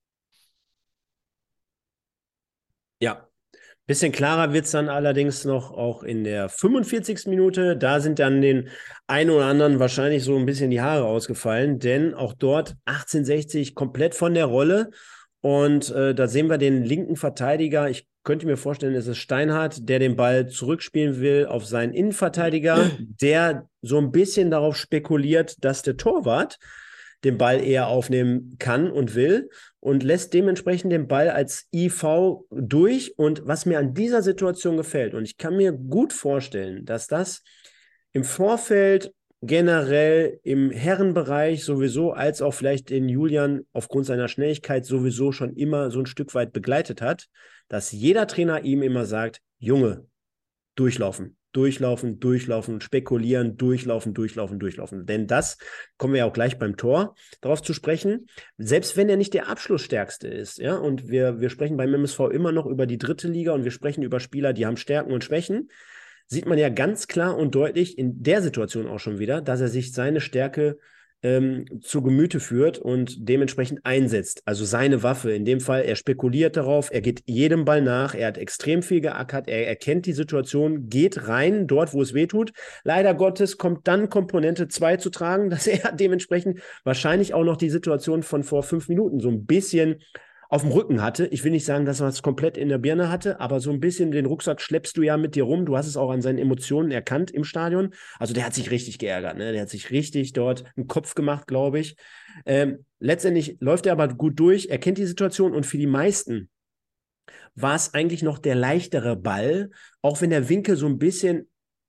Ja. Bisschen klarer wird es dann allerdings noch auch in der fünfundvierzigsten Minute. Da sind dann den einen oder anderen wahrscheinlich so ein bisschen die Haare ausgefallen, denn auch dort achtzehnhundertsechzig komplett von der Rolle. Und äh, da sehen wir den linken Verteidiger. Ich könnte mir vorstellen, es ist Steinhardt, der den Ball zurückspielen will auf seinen Innenverteidiger, der so ein bisschen darauf spekuliert, dass der Torwart den Ball eher aufnehmen kann und will und lässt dementsprechend den Ball als I V durch. Und was mir an dieser Situation gefällt, und ich kann mir gut vorstellen, dass das im Vorfeld generell im Herrenbereich sowieso, als auch vielleicht den Julian aufgrund seiner Schnelligkeit sowieso schon immer so ein Stück weit begleitet hat, dass jeder Trainer ihm immer sagt, Junge, durchlaufen, durchlaufen, durchlaufen, spekulieren, durchlaufen, durchlaufen, durchlaufen. Denn das, kommen wir ja auch gleich beim Tor darauf zu sprechen, selbst wenn er nicht der Abschlussstärkste ist, ja, und wir, wir sprechen beim M S V immer noch über die dritte Liga und wir sprechen über Spieler, die haben Stärken und Schwächen, sieht man ja ganz klar und deutlich in der Situation auch schon wieder, dass er sich seine Stärke ähm, zu Gemüte führt und dementsprechend einsetzt. Also seine Waffe. In dem Fall, er spekuliert darauf, er geht jedem Ball nach, er hat extrem viel geackert, er erkennt die Situation, geht rein, dort, wo es weh tut. Leider Gottes kommt dann Komponente zwei zu tragen, dass er dementsprechend wahrscheinlich auch noch die Situation von vor fünf Minuten so ein bisschen auf dem Rücken hatte. Ich will nicht sagen, dass er es komplett in der Birne hatte, aber so ein bisschen den Rucksack schleppst du ja mit dir rum. Du hast es auch an seinen Emotionen erkannt im Stadion. Also der hat sich richtig geärgert, ne? Der hat sich richtig dort einen Kopf gemacht, glaube ich. Ähm, letztendlich läuft er aber gut durch, er kennt die Situation und für die meisten war es eigentlich noch der leichtere Ball, auch wenn der Winkel so ein bisschen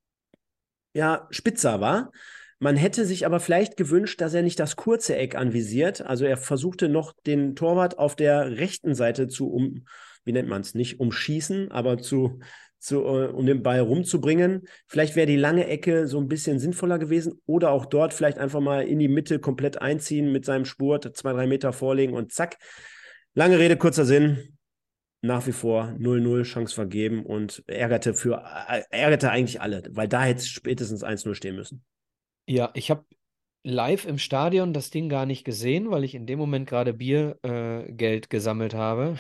ja, spitzer war. Man hätte sich aber vielleicht gewünscht, dass er nicht das kurze Eck anvisiert. Also er versuchte noch den Torwart auf der rechten Seite zu um, wie nennt man es, nicht umschießen, aber zu, zu, uh, um den Ball rumzubringen. Vielleicht wäre die lange Ecke so ein bisschen sinnvoller gewesen oder auch dort vielleicht einfach mal in die Mitte komplett einziehen mit seinem Spurt, zwei, drei Meter vorlegen und zack. Lange Rede, kurzer Sinn. Nach wie vor null null, Chance vergeben und ärgerte, für, ärgerte eigentlich alle, weil da hätte es spätestens eins null stehen müssen. Ja, ich habe live im Stadion das Ding gar nicht gesehen, weil ich in dem Moment gerade Biergeld äh, Geld gesammelt habe.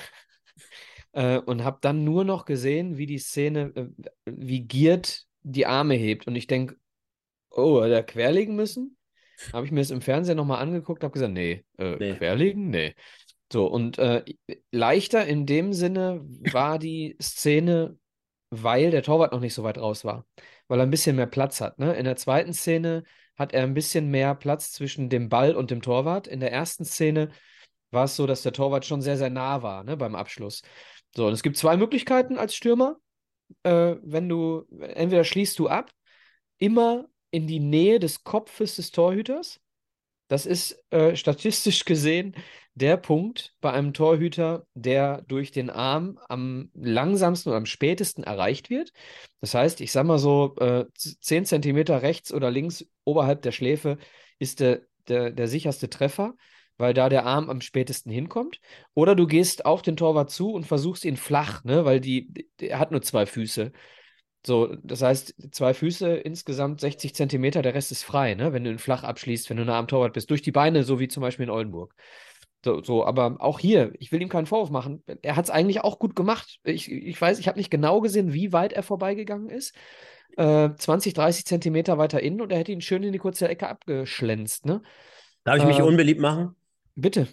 äh, und habe dann nur noch gesehen, wie die Szene, äh, wie Giert die Arme hebt. Und ich denke, oh, hat er querlegen müssen? Habe ich mir das im Fernsehen nochmal angeguckt, habe gesagt, nee, äh, Nee. querlegen? Nee. So, und äh, leichter in dem Sinne war die Szene, weil der Torwart noch nicht so weit raus war, weil er ein bisschen mehr Platz hat. Ne? In der zweiten Szene hat er ein bisschen mehr Platz zwischen dem Ball und dem Torwart. In der ersten Szene war es so, dass der Torwart schon sehr, sehr nah war, ne, beim Abschluss. So, und es gibt zwei Möglichkeiten als Stürmer. Äh, wenn du, entweder schließt du ab, immer in die Nähe des Kopfes des Torhüters. Das ist äh, statistisch gesehen der Punkt bei einem Torhüter, der durch den Arm am langsamsten oder am spätesten erreicht wird. Das heißt, ich sage mal so, äh, zehn Zentimeter rechts oder links oberhalb der Schläfe ist der, der, der sicherste Treffer, weil da der Arm am spätesten hinkommt. Oder du gehst auf den Torwart zu und versuchst ihn flach, ne? Weil die, er hat nur zwei Füße. So, das heißt, zwei Füße, insgesamt sechzig Zentimeter, der Rest ist frei, ne? Wenn du ihn flach abschließt, wenn du nah am Torwart bist, durch die Beine, so wie zum Beispiel in Oldenburg. So, so, aber auch hier, ich will ihm keinen Vorwurf machen. Er hat es eigentlich auch gut gemacht. Ich, ich weiß, ich habe nicht genau gesehen, wie weit er vorbeigegangen ist. Äh, zwanzig, dreißig Zentimeter weiter innen und er hätte ihn schön in die kurze Ecke abgeschlänzt, ne? Darf ich mich Äh, unbeliebt machen? bitte.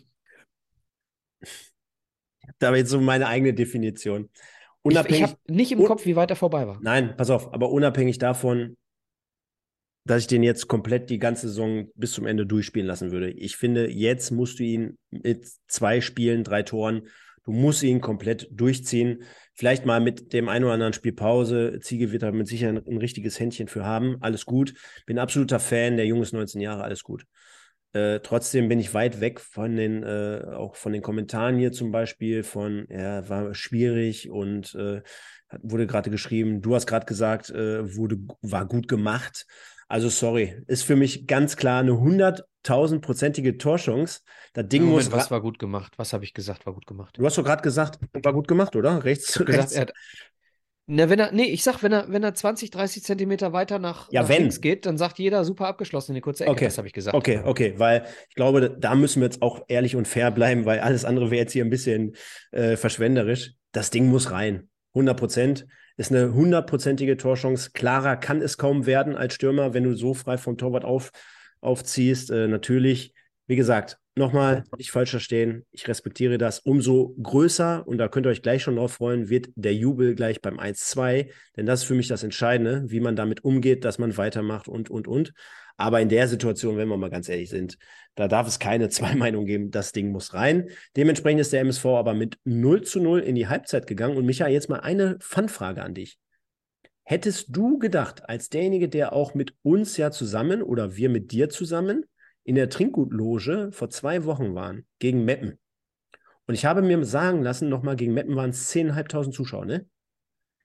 Da habe ich jetzt so meine eigene Definition. Ich, ich Unabhängig. habe nicht im un- Kopf, wie weit er vorbei war. Nein, pass auf, aber unabhängig davon, dass ich den jetzt komplett die ganze Saison bis zum Ende durchspielen lassen würde. Ich finde, jetzt musst du ihn mit zwei Spielen, drei Toren, du musst ihn komplett durchziehen. Vielleicht mal mit dem einen oder anderen Spiel Pause. Ziege wird da mit Sicherheit ein, ein richtiges Händchen für haben. Alles gut. Bin absoluter Fan. Der Junge ist neunzehn Jahre, alles gut. Äh, trotzdem bin ich weit weg von den, äh, auch von den Kommentaren hier zum Beispiel, von, ja, war schwierig und äh, wurde gerade geschrieben, du hast gerade gesagt, äh, wurde, war gut gemacht. Also sorry, ist für mich ganz klar eine hunderttausendprozentige Torchance. Das Ding Moment, muss. was war gut gemacht? Was habe ich gesagt, war gut gemacht? Du hast doch gerade gesagt, war gut gemacht, oder? Rechts, Ich habe rechts. gesagt, er hat. Na, wenn er, nee, ich sag, wenn er, wenn er zwanzig, dreißig Zentimeter weiter nach, Ja, nach wenn. links geht, dann sagt jeder super abgeschlossen in die kurze Ecke. Okay. Das habe ich gesagt. Okay, okay, weil ich glaube, da müssen wir jetzt auch ehrlich und fair bleiben, weil alles andere wäre jetzt hier ein bisschen äh, verschwenderisch. Das Ding muss rein. hundert Prozent. Ist eine hundertprozentige Torchance. Klarer kann es kaum werden als Stürmer, wenn du so frei vom Torwart auf, aufziehst. Äh, natürlich, wie gesagt, nochmal, nicht falsch verstehen. Ich respektiere das. Umso größer, und da könnt ihr euch gleich schon drauf freuen, wird der Jubel gleich beim eins zwei. Denn das ist für mich das Entscheidende, wie man damit umgeht, dass man weitermacht und, und, und. Aber in der Situation, wenn wir mal ganz ehrlich sind, da darf es keine zwei Meinungen geben, das Ding muss rein. Dementsprechend ist der M S V aber mit null zu null in die Halbzeit gegangen. Und Micha, jetzt mal eine Fanfrage an dich. Hättest du gedacht, als derjenige, der auch mit uns ja zusammen oder wir mit dir zusammen in der Trinkgutloge vor zwei Wochen waren, gegen Meppen, und ich habe mir sagen lassen, nochmal gegen Meppen waren es zehntausendfünfhundert Zuschauer, ne?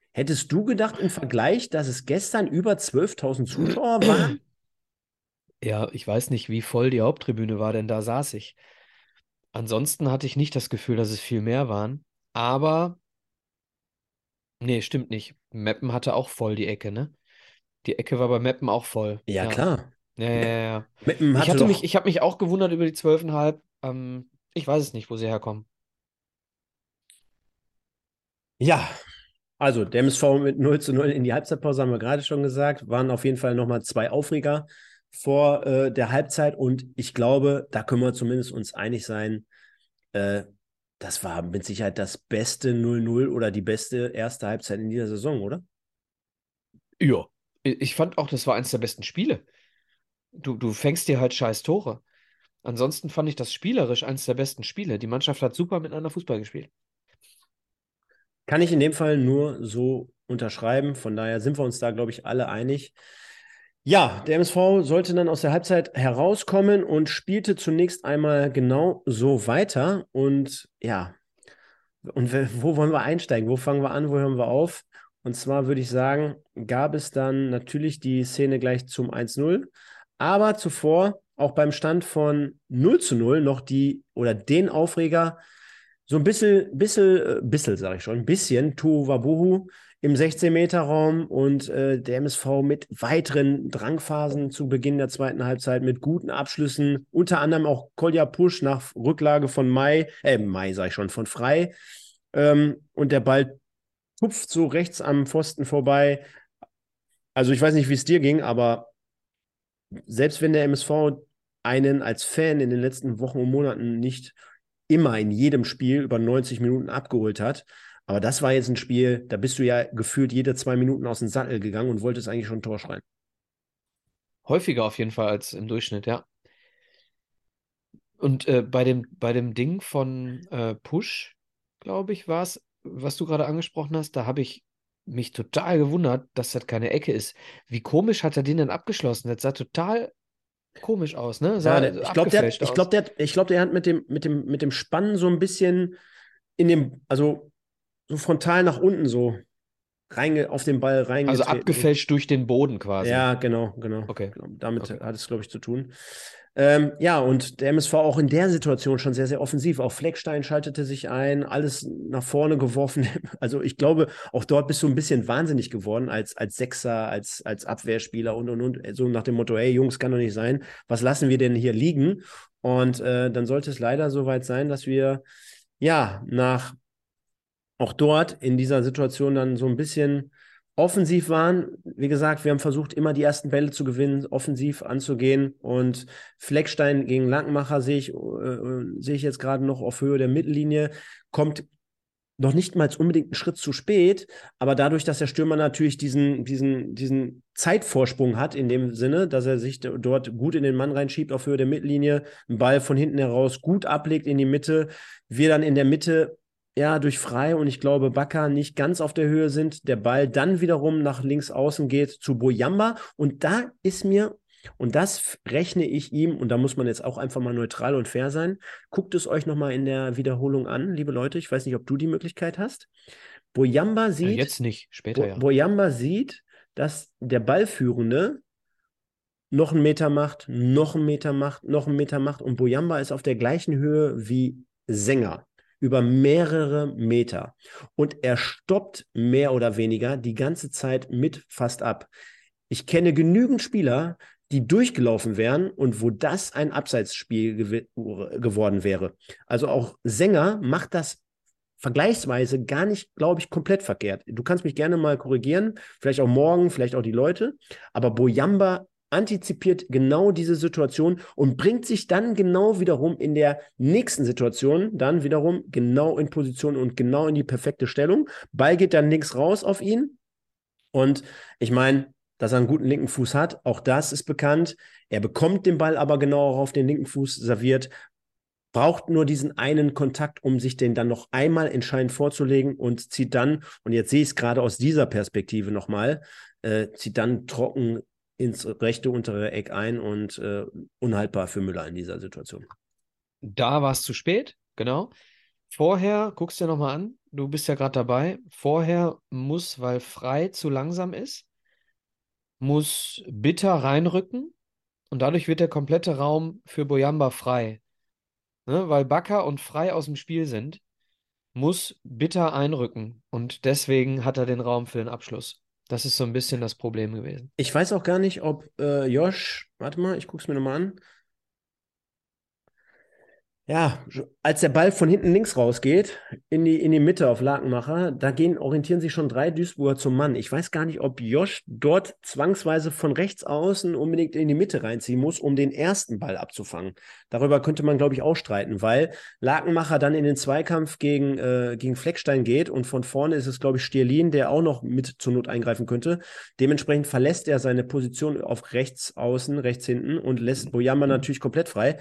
Hättest du gedacht im Vergleich, dass es gestern über zwölftausend Zuschauer waren? Ja, ich weiß nicht, wie voll die Haupttribüne war, denn da saß ich. Ansonsten hatte ich nicht das Gefühl, dass es viel mehr waren. Aber, nee, stimmt nicht. Meppen hatte auch voll die Ecke, ne? Die Ecke war bei Meppen auch voll. Ja, Ja. klar. Ja, ja, ja. ja. Meppen Ich hatte hatte mich, doch. ich habe mich auch gewundert über die zwölfeinhalb. Ähm, ich weiß es nicht, wo sie herkommen. Ja, also der M S V mit null zu null in die Halbzeitpause, haben wir gerade schon gesagt, waren auf jeden Fall nochmal zwei Aufreger vor äh, der Halbzeit und ich glaube, da können wir zumindest uns einig sein, äh, das war mit Sicherheit das beste null null oder die beste erste Halbzeit in dieser Saison, oder? Ja. Ich ich fand auch, das war eins der besten Spiele. Du, du fängst dir halt scheiß Tore. Ansonsten fand ich das spielerisch eins der besten Spiele. Die Mannschaft hat super miteinander Fußball gespielt. Kann ich in dem Fall nur so unterschreiben. Von daher sind wir uns da, glaube ich, alle einig. Ja, der M S V sollte dann aus der Halbzeit herauskommen und spielte zunächst einmal genau so weiter. Und ja, und wo wollen wir einsteigen? Wo fangen wir an? Wo hören wir auf? Und zwar würde ich sagen, gab es dann natürlich die Szene gleich zum eins null, aber zuvor auch beim Stand von null zu null noch die oder den Aufreger, so ein bisschen, bisschen, äh, bisschen sage ich schon, ein bisschen Tohuwabohu im sechzehn-Meter-Raum und äh, der M S V mit weiteren Drangphasen zu Beginn der zweiten Halbzeit, mit guten Abschlüssen, unter anderem auch Kolja Pusch nach Rücklage von Mai, äh, Mai sage ich schon, von Frei. Ähm, und der Ball tupft so rechts am Pfosten vorbei. Also ich weiß nicht, wie es dir ging, aber selbst wenn der M S V einen als Fan in den letzten Wochen und Monaten nicht immer in jedem Spiel über neunzig Minuten abgeholt hat, aber das war jetzt ein Spiel, da bist du ja gefühlt jede zwei Minuten aus dem Sattel gegangen und wolltest eigentlich schon ein Tor schreien. Häufiger auf jeden Fall als im Durchschnitt, ja. Und äh, bei dem, bei dem Ding von äh, Push, glaube ich, war es, was du gerade angesprochen hast, da habe ich mich total gewundert, dass das keine Ecke ist. Wie komisch hat er den denn abgeschlossen? Das sah total komisch aus, ne? Ja, Sah der, ich glaube, der, hat- abgefälscht ich glaube, aus. der, hat- ich glaube, der hat mit dem, mit dem, mit dem Spannen so ein bisschen in dem, also so frontal nach unten so reinge, auf den Ball Also reingetreten ist. abgefälscht durch den Boden quasi. Ja, genau, genau. Okay, genau. Damit okay. hat es, glaube ich, zu tun. Ähm, ja, und der M S V auch in der Situation schon sehr, sehr offensiv. Auch Fleckstein schaltete sich ein, alles nach vorne geworfen. Also ich glaube, auch dort bist du ein bisschen wahnsinnig geworden als, als Sechser, als, als Abwehrspieler und, und, und. So nach dem Motto, hey Jungs, kann doch nicht sein. Was lassen wir denn hier liegen? Und äh, dann sollte es leider soweit sein, dass wir ja nach auch dort in dieser Situation dann so ein bisschen offensiv waren. Wie gesagt, wir haben versucht, immer die ersten Bälle zu gewinnen, offensiv anzugehen. Und Fleckstein gegen Langenmacher sehe ich, äh, sehe ich jetzt gerade noch auf Höhe der Mittellinie, kommt noch nicht mal unbedingt einen Schritt zu spät, aber dadurch, dass der Stürmer natürlich diesen, diesen, diesen Zeitvorsprung hat, in dem Sinne, dass er sich dort gut in den Mann reinschiebt auf Höhe der Mittellinie, einen Ball von hinten heraus gut ablegt in die Mitte, wir dann in der Mitte ja durch Frei und ich glaube Bakker nicht ganz auf der Höhe sind, der Ball dann wiederum nach links außen geht zu Boyamba und da ist mir, und das rechne ich ihm, und da muss man jetzt auch einfach mal neutral und fair sein, guckt es euch nochmal in der Wiederholung an, liebe Leute. Ich weiß nicht, ob du die Möglichkeit hast. Boyamba Äh, sieht, jetzt nicht, später Bo ja. Boyamba sieht, dass der Ballführende noch einen Meter macht, noch einen Meter macht, noch einen Meter macht und Boyamba ist auf der gleichen Höhe wie Sänger über mehrere Meter. Und er stoppt mehr oder weniger die ganze Zeit mit fast ab. Ich kenne genügend Spieler, die durchgelaufen wären und wo das ein Abseitsspiel gew geworden wäre. Also auch Sänger macht das vergleichsweise gar nicht, glaube ich, komplett verkehrt. Du kannst mich gerne mal korrigieren, vielleicht auch morgen, vielleicht auch die Leute, aber Boyamba antizipiert genau diese Situation und bringt sich dann genau wiederum in der nächsten Situation dann wiederum genau in Position und genau in die perfekte Stellung. Ball geht dann links raus auf ihn und ich meine, dass er einen guten linken Fuß hat, auch das ist bekannt. Er bekommt den Ball aber genau auf den linken Fuß serviert, braucht nur diesen einen Kontakt, um sich den dann noch einmal entscheidend vorzulegen und zieht dann, und jetzt sehe ich es gerade aus dieser Perspektive nochmal, äh, zieht dann trocken ins rechte untere Eck ein und äh, unhaltbar für Müller in dieser Situation. Da war es zu spät, genau. Vorher, guckst dir nochmal an, du bist ja gerade dabei, vorher muss, weil Frei zu langsam ist, muss Bitter reinrücken und dadurch wird der komplette Raum für Boyamba frei. Ne? Weil Bakker und Frei aus dem Spiel sind, muss Bitter einrücken und deswegen hat er den Raum für den Abschluss. Das ist so ein bisschen das Problem gewesen. Ich weiß auch gar nicht, ob äh, Josh, warte mal, ich gucke es mir nochmal an. Ja, als der Ball von hinten links rausgeht, in die, in die Mitte auf Lakenmacher, da gehen, orientieren sich schon drei Duisburger zum Mann. Ich weiß gar nicht, ob Josh dort zwangsweise von rechts außen unbedingt in die Mitte reinziehen muss, um den ersten Ball abzufangen. Darüber könnte man, glaube ich, auch streiten, weil Lakenmacher dann in den Zweikampf gegen, äh, gegen Fleckstein geht und von vorne ist es, glaube ich, Stierlin, der auch noch mit zur Not eingreifen könnte. Dementsprechend verlässt er seine Position auf rechts außen, rechts hinten und lässt Boyamba natürlich komplett frei.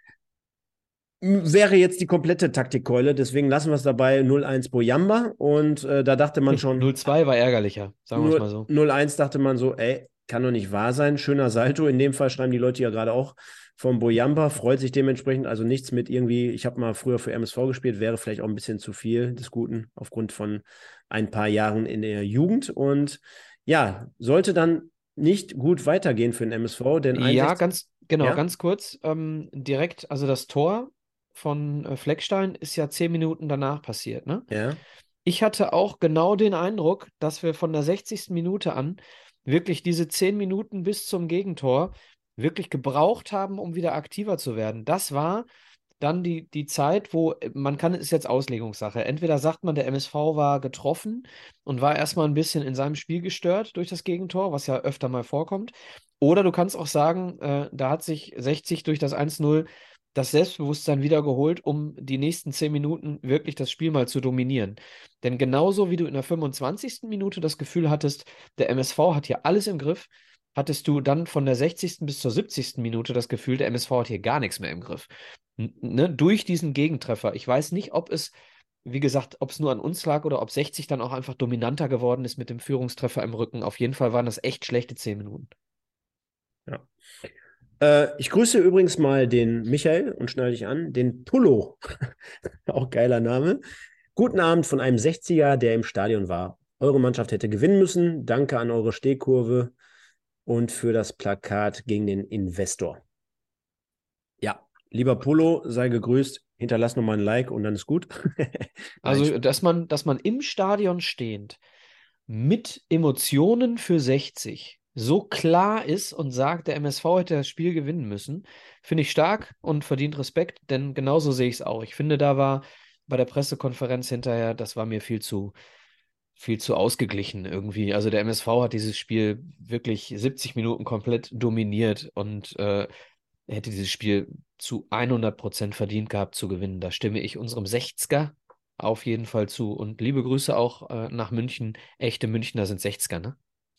Wäre jetzt die komplette Taktikkeule, deswegen lassen wir es dabei null eins Boyamba und äh, da dachte man schon, null zwei war ärgerlicher, sagen wir es mal so. null eins dachte man so, ey, kann doch nicht wahr sein, schöner Salto, in dem Fall schreiben die Leute ja gerade auch vom Boyamba, freut sich dementsprechend, also nichts mit irgendwie, ich habe mal früher für M S V gespielt, wäre vielleicht auch ein bisschen zu viel des Guten, aufgrund von ein paar Jahren in der Jugend und ja, sollte dann nicht gut weitergehen für den M S V, denn Ja, einundsechzig ganz, genau, ja? ganz kurz, ähm, direkt, also das Tor von äh, Fleckstein ist ja zehn Minuten danach passiert, ne? Ja. Ich hatte auch genau den Eindruck, dass wir von der sechzigsten Minute an wirklich diese zehn Minuten bis zum Gegentor wirklich gebraucht haben, um wieder aktiver zu werden. Das war dann die, die Zeit, wo äh, man kann, ist jetzt Auslegungssache. Entweder sagt man, der M S V war getroffen und war erstmal ein bisschen in seinem Spiel gestört durch das Gegentor, was ja öfter mal vorkommt. Oder du kannst auch sagen, äh, da hat sich sechzig durch das eins null das Selbstbewusstsein wieder geholt, um die nächsten zehn Minuten wirklich das Spiel mal zu dominieren. Denn genauso wie du in der fünfundzwanzigsten Minute das Gefühl hattest, der M S V hat hier alles im Griff, hattest du dann von der sechzigsten bis zur siebzigsten Minute das Gefühl, der M S V hat hier gar nichts mehr im Griff. N ne? Durch diesen Gegentreffer. Ich weiß nicht, ob es, wie gesagt, ob es nur an uns lag oder ob sechzig dann auch einfach dominanter geworden ist mit dem Führungstreffer im Rücken. Auf jeden Fall waren das echt schlechte zehn Minuten. Ja. Äh, ich grüße übrigens mal den Michael und schneide dich an, den Pullo, auch geiler Name. Guten Abend von einem sechziger, der im Stadion war. Eure Mannschaft hätte gewinnen müssen. Danke an eure Stehkurve und für das Plakat gegen den Investor. Ja, lieber Pullo, sei gegrüßt. Hinterlass nochmal ein Like und dann ist gut. Also, dass man, dass man im Stadion stehend mit Emotionen für sechzig so klar ist und sagt, der M S V hätte das Spiel gewinnen müssen, finde ich stark und verdient Respekt, denn genauso sehe ich es auch. Ich finde, da war bei der Pressekonferenz hinterher, das war mir viel zu, viel zu ausgeglichen irgendwie. Also der M S V hat dieses Spiel wirklich siebzig Minuten komplett dominiert und äh, hätte dieses Spiel zu hundert Prozent verdient gehabt zu gewinnen. Da stimme ich unserem sechziger auf jeden Fall zu. Und liebe Grüße auch äh, nach München. Echte Münchner sind sechziger, ne?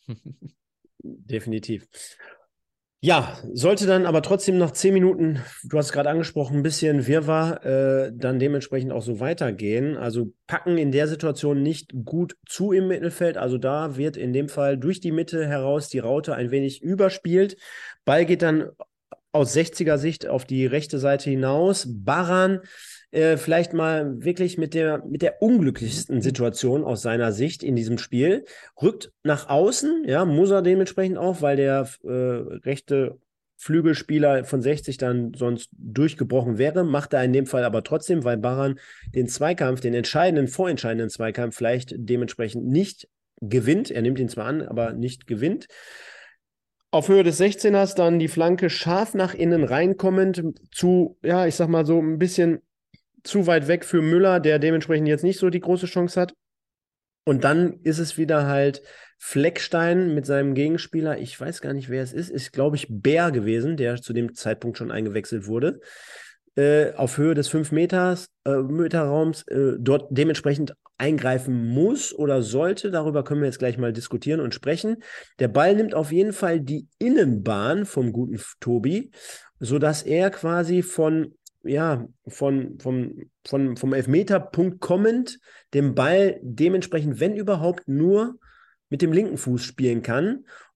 Definitiv. Ja, sollte dann aber trotzdem nach zehn Minuten, du hast es gerade angesprochen, ein bisschen Wirrwarr, äh, dann dementsprechend auch so weitergehen. Also packen in der Situation nicht gut zu im Mittelfeld. Also da wird in dem Fall durch die Mitte heraus die Raute ein wenig überspielt. Ball geht dann aus sechziger Sicht auf die rechte Seite hinaus. Baran äh, vielleicht mal wirklich mit der, mit der unglücklichsten Situation aus seiner Sicht in diesem Spiel. Rückt nach außen, ja, muss er dementsprechend auch, weil der äh, rechte Flügelspieler von sechzig dann sonst durchgebrochen wäre. Macht er in dem Fall aber trotzdem, weil Baran den Zweikampf, den entscheidenden, vorentscheidenden Zweikampf vielleicht dementsprechend nicht gewinnt. Er nimmt ihn zwar an, aber nicht gewinnt. Auf Höhe des sechzehners dann die Flanke scharf nach innen reinkommend zu, ja, ich sag mal so ein bisschen zu weit weg für Müller, der dementsprechend jetzt nicht so die große Chance hat. Und dann ist es wieder halt Fleckstein mit seinem Gegenspieler. Ich weiß gar nicht, wer es ist. Ist, glaube ich, Bär gewesen, der zu dem Zeitpunkt schon eingewechselt wurde. Äh, auf Höhe des fünf Meters, äh, Meterraums äh, dort dementsprechend eingreifen muss oder sollte. Darüber können wir jetzt gleich mal diskutieren und sprechen. Der Ball nimmt auf jeden Fall die Innenbahn vom guten Tobi, sodass er quasi von, ja, von, vom, von, vom Elfmeterpunkt kommend den Ball dementsprechend, wenn überhaupt, nur mit dem linken Fuß spielen kann.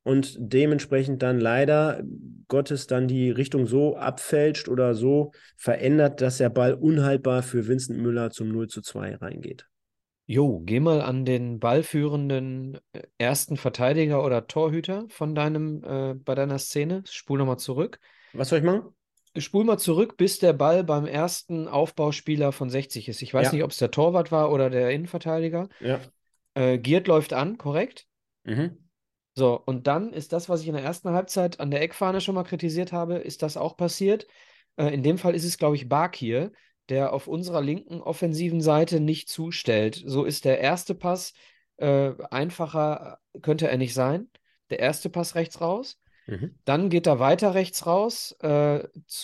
und dementsprechend dann leider Gottes dann die Richtung so abfälscht oder so verändert, dass der Ball unhaltbar für Vincent Müller zum null zu zwei reingeht. Jo, geh mal an den ballführenden äh, ersten Verteidiger oder Torhüter von deinem, äh, bei deiner Szene. Spul nochmal zurück. Was soll ich machen? Spul mal zurück, bis der Ball beim ersten Aufbauspieler von sechzig ist. Ich weiß Ja. nicht, ob es der Torwart war oder der Innenverteidiger. Ja. Äh, Giert läuft an, korrekt? Mhm. So, und dann ist das, was ich in der ersten Halbzeit an der Eckfahne schon mal kritisiert habe, ist das auch passiert. Äh, in dem Fall ist es, glaube ich, Bakir, der auf unserer linken offensiven Seite nicht zustellt. So ist der erste Pass äh, einfacher, könnte er nicht sein. Der erste Pass rechts raus. Mhm. Dann geht er weiter rechts raus äh,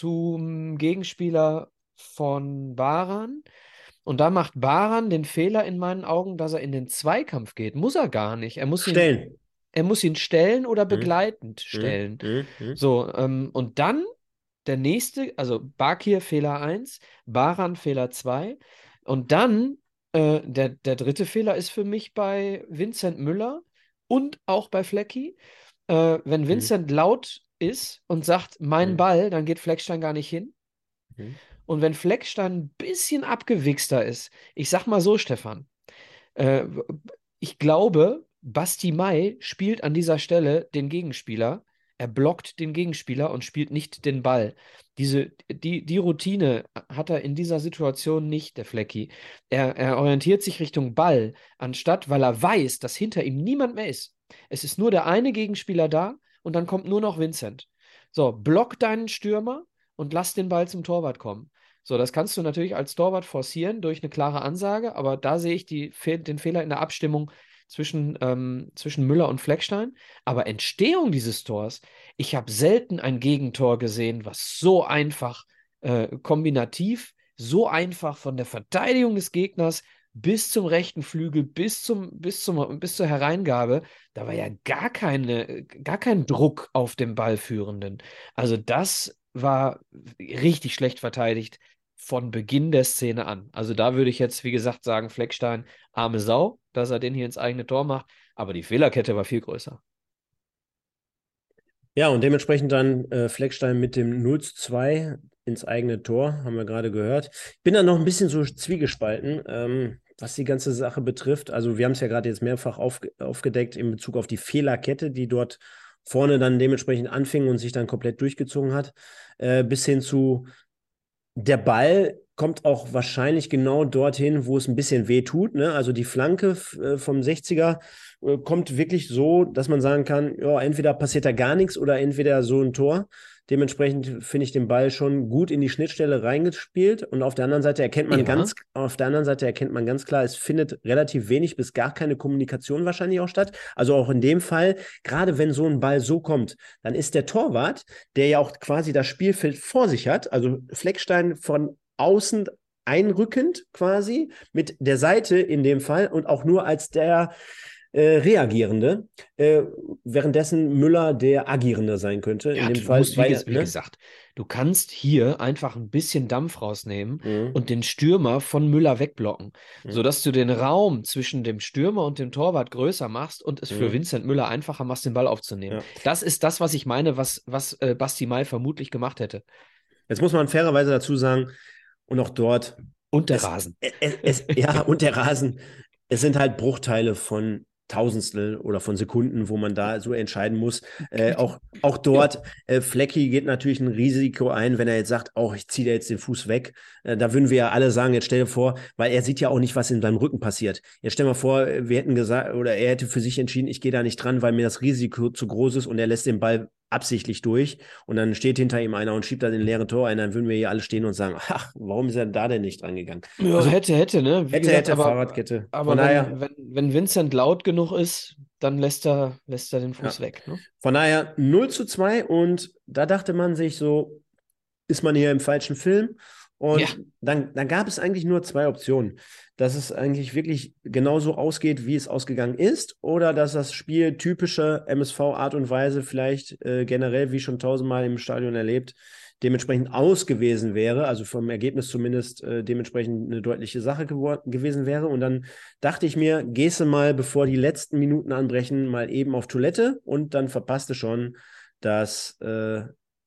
zum Gegenspieler von Baran. Und da macht Baran den Fehler in meinen Augen, dass er in den Zweikampf geht. Muss er gar nicht. Er muss ihn, Stellen. er muss ihn stellen oder Mhm. begleitend Mhm. stellen. Mhm. Mhm. So, ähm, und dann der nächste, also Bakir Fehler eins, Baran Fehler zwei. Und dann äh, der, der dritte Fehler ist für mich bei Vincent Müller und auch bei Flecky. Äh, wenn Vincent laut ist und sagt, mein Mhm. Ball, dann geht Fleckstein gar nicht hin. Mhm. Und wenn Fleckstein ein bisschen abgewichster ist, ich sag mal so, Stefan, äh, ich glaube, Basti Mai spielt an dieser Stelle den Gegenspieler. Er blockt den Gegenspieler und spielt nicht den Ball. Diese, die, die Routine hat er in dieser Situation nicht, der Flecki. Er, er orientiert sich Richtung Ball, anstatt, weil er weiß, dass hinter ihm niemand mehr ist. Es ist nur der eine Gegenspieler da und dann kommt nur noch Vincent. So, block deinen Stürmer und lass den Ball zum Torwart kommen. So, das kannst du natürlich als Torwart forcieren durch eine klare Ansage, aber da sehe ich die, den Fehler in der Abstimmung zwischen, ähm, zwischen Müller und Fleckstein. Aber Entstehung dieses Tors, ich habe selten ein Gegentor gesehen, was so einfach äh, kombinativ, so einfach von der Verteidigung des Gegners bis zum rechten Flügel, bis zum, bis zum, bis zur Hereingabe, da war ja gar keine, gar kein Druck auf dem Ballführenden. Also das war richtig schlecht verteidigt von Beginn der Szene an. Also da würde ich jetzt, wie gesagt, sagen, Fleckstein, arme Sau, dass er den hier ins eigene Tor macht, aber die Fehlerkette war viel größer. Ja, und dementsprechend dann äh, Fleckstein mit dem null zu zwei ins eigene Tor, haben wir gerade gehört. Ich bin da noch ein bisschen so zwiegespalten, ähm, was die ganze Sache betrifft. Also wir haben es ja gerade jetzt mehrfach auf, aufgedeckt in Bezug auf die Fehlerkette, die dort vorne dann dementsprechend anfing und sich dann komplett durchgezogen hat, äh, bis hin zu der Ball kommt auch wahrscheinlich genau dorthin, wo es ein bisschen weh tut. Ne? Also die Flanke äh, vom sechziger äh, kommt wirklich so, dass man sagen kann, ja, entweder passiert da gar nichts oder entweder so ein Tor. Dementsprechend finde ich den Ball schon gut in die Schnittstelle reingespielt. Und auf der anderen Seite erkennt man Ja. ganz, auf der anderen Seite erkennt man ganz klar, es findet relativ wenig bis gar keine Kommunikation wahrscheinlich auch statt. Also auch in dem Fall, gerade wenn so ein Ball so kommt, dann ist der Torwart, der ja auch quasi das Spielfeld vor sich hat, also Fleckstein von außen einrückend quasi, mit der Seite in dem Fall und auch nur als der äh, Reagierende, äh, währenddessen Müller der Agierende sein könnte. Ja, in dem du Fall, musst, wie, weil, ges- wie ne? gesagt, du kannst hier einfach ein bisschen Dampf rausnehmen Mhm. und den Stürmer von Müller wegblocken, Mhm. sodass du den Raum zwischen dem Stürmer und dem Torwart größer machst und es für Mhm. Vincent Müller einfacher machst, den Ball aufzunehmen. Ja. Das ist das, was ich meine, was, was äh, Basti Mai vermutlich gemacht hätte. Jetzt muss man fairerweise dazu sagen, und auch dort, Und der es, Rasen. es, es, ja, und der Rasen, es sind halt Bruchteile von Tausendstel oder von Sekunden, wo man da so entscheiden muss. Äh, auch, auch dort, äh, Flecki geht natürlich ein Risiko ein, wenn er jetzt sagt, oh, ich ziehe jetzt den Fuß weg. Äh, da würden wir ja alle sagen, jetzt stell dir vor, weil er sieht ja auch nicht, was in seinem Rücken passiert. Jetzt stell mal vor, wir hätten gesagt, oder er hätte für sich entschieden, ich gehe da nicht dran, weil mir das Risiko zu groß ist und er lässt den Ball absichtlich durch und dann steht hinter ihm einer und schiebt da den leeren Tor ein, dann würden wir hier alle stehen und sagen, ach, warum ist er da denn nicht rangegangen? Ja, Also, hätte, hätte, ne? Wie hätte, gesagt, hätte, aber, Fahrradkette. aber Von wenn, daher, wenn, wenn Vincent laut genug ist, dann lässt er, lässt er den Fuß Ja. weg, ne? von daher null zu zwei und da dachte man sich so, ist man hier im falschen Film? Und Ja. dann, dann gab es eigentlich nur zwei Optionen. Dass es eigentlich wirklich genauso ausgeht, wie es ausgegangen ist, oder dass das Spiel typische M S V-Art und Weise vielleicht äh, generell, wie schon tausendmal im Stadion erlebt, dementsprechend aus gewesen wäre, also vom Ergebnis zumindest äh, dementsprechend eine deutliche Sache gewesen wäre. Und dann dachte ich mir, gehst du mal, bevor die letzten Minuten anbrechen, mal eben auf Toilette und dann verpasst du schon das äh,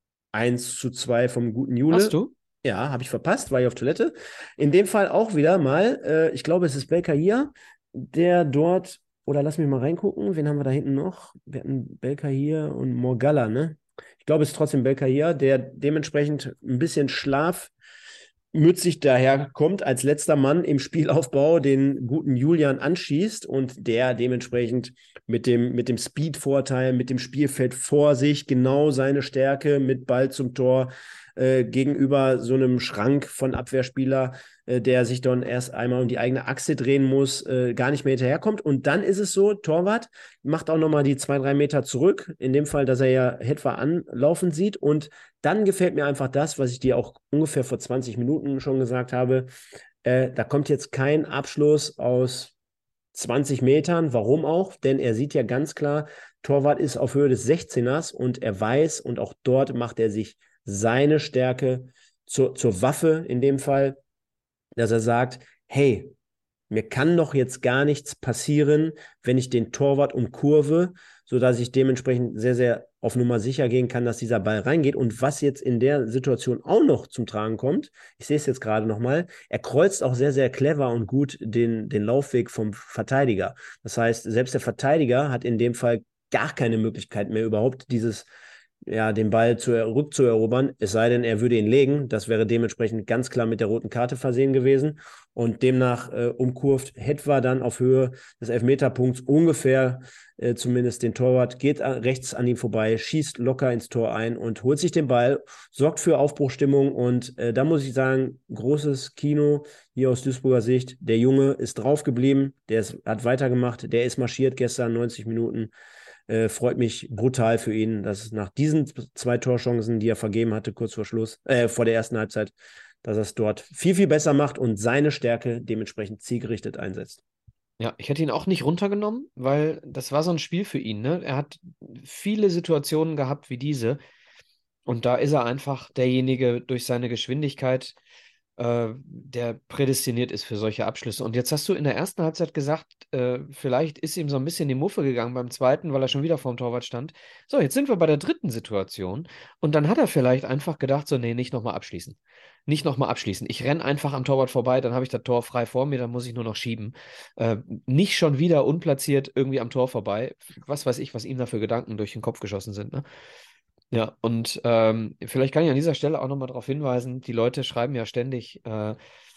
eins zu zwei vom guten Jule. Hast du? Ja, habe ich verpasst, war ich auf Toilette. In dem Fall auch wieder mal, äh, ich glaube, es ist Belkahir, der dort, oder lass mich mal reingucken, wen haben wir da hinten noch? Wir hatten Belkahir und Morgalla, ne? Ich glaube, es ist trotzdem Belkahir, der dementsprechend ein bisschen schlafmützig daherkommt, als letzter Mann im Spielaufbau den guten Julian anschießt und der dementsprechend mit dem, mit dem Speed-Vorteil, mit dem Spielfeld vor sich genau seine Stärke mit Ball zum Tor äh, gegenüber so einem Schrank von Abwehrspieler, äh, der sich dann erst einmal um die eigene Achse drehen muss, äh, gar nicht mehr hinterherkommt. Und dann ist es so, Torwart macht auch nochmal die zwei, drei Meter zurück, in dem Fall, dass er ja etwa anlaufen sieht. Und dann gefällt mir einfach das, was ich dir auch ungefähr vor zwanzig Minuten schon gesagt habe. Äh, da kommt jetzt kein Abschluss aus zwanzig Metern. Warum auch? Denn er sieht ja ganz klar, Torwart ist auf Höhe des sechzehners und er weiß, und auch dort macht er sich seine Stärke zur, zur Waffe in dem Fall, dass er sagt, hey, mir kann doch jetzt gar nichts passieren, wenn ich den Torwart umkurve, sodass ich dementsprechend sehr, sehr auf Nummer sicher gehen kann, dass dieser Ball reingeht. Und was jetzt in der Situation auch noch zum Tragen kommt, ich sehe es jetzt gerade nochmal, er kreuzt auch sehr, sehr clever und gut den, den Laufweg vom Verteidiger. Das heißt, selbst der Verteidiger hat in dem Fall gar keine Möglichkeit mehr überhaupt dieses ja, den Ball zu, rückzuerobern, es sei denn, er würde ihn legen. Das wäre dementsprechend ganz klar mit der roten Karte versehen gewesen. Und demnach äh, umkurvt Hetwa dann auf Höhe des Elfmeterpunkts ungefähr äh, zumindest den Torwart, geht a- rechts an ihm vorbei, schießt locker ins Tor ein und holt sich den Ball, sorgt für Aufbruchstimmung. Und äh, da muss ich sagen, großes Kino hier aus Duisburger Sicht. Der Junge ist drauf geblieben, der ist, hat weitergemacht, der ist marschiert gestern neunzig Minuten. Äh, freut mich brutal für ihn, dass nach diesen zwei Torchancen, die er vergeben hatte, kurz vor Schluss, äh, vor der ersten Halbzeit, dass er es dort viel, viel besser macht und seine Stärke dementsprechend zielgerichtet einsetzt. Ja, ich hätte ihn auch nicht runtergenommen, weil das war so ein Spiel für ihn, ne? Er hat viele Situationen gehabt wie diese und da ist er einfach derjenige durch seine Geschwindigkeit, äh, der prädestiniert ist für solche Abschlüsse. Und jetzt hast du in der ersten Halbzeit gesagt, äh, vielleicht ist ihm so ein bisschen die Muffe gegangen beim zweiten, weil er schon wieder vorm Torwart stand. So, jetzt sind wir bei der dritten Situation und dann hat er vielleicht einfach gedacht, so, nee, nicht nochmal abschließen. Nicht nochmal abschließen. Ich renne einfach am Torwart vorbei, dann habe ich das Tor frei vor mir, dann muss ich nur noch schieben. Äh, nicht schon wieder unplatziert irgendwie am Tor vorbei. Was weiß ich, was ihm da für Gedanken durch den Kopf geschossen sind, ne? Ja, und ähm, vielleicht kann ich an dieser Stelle auch nochmal darauf hinweisen, die Leute schreiben ja ständig, äh,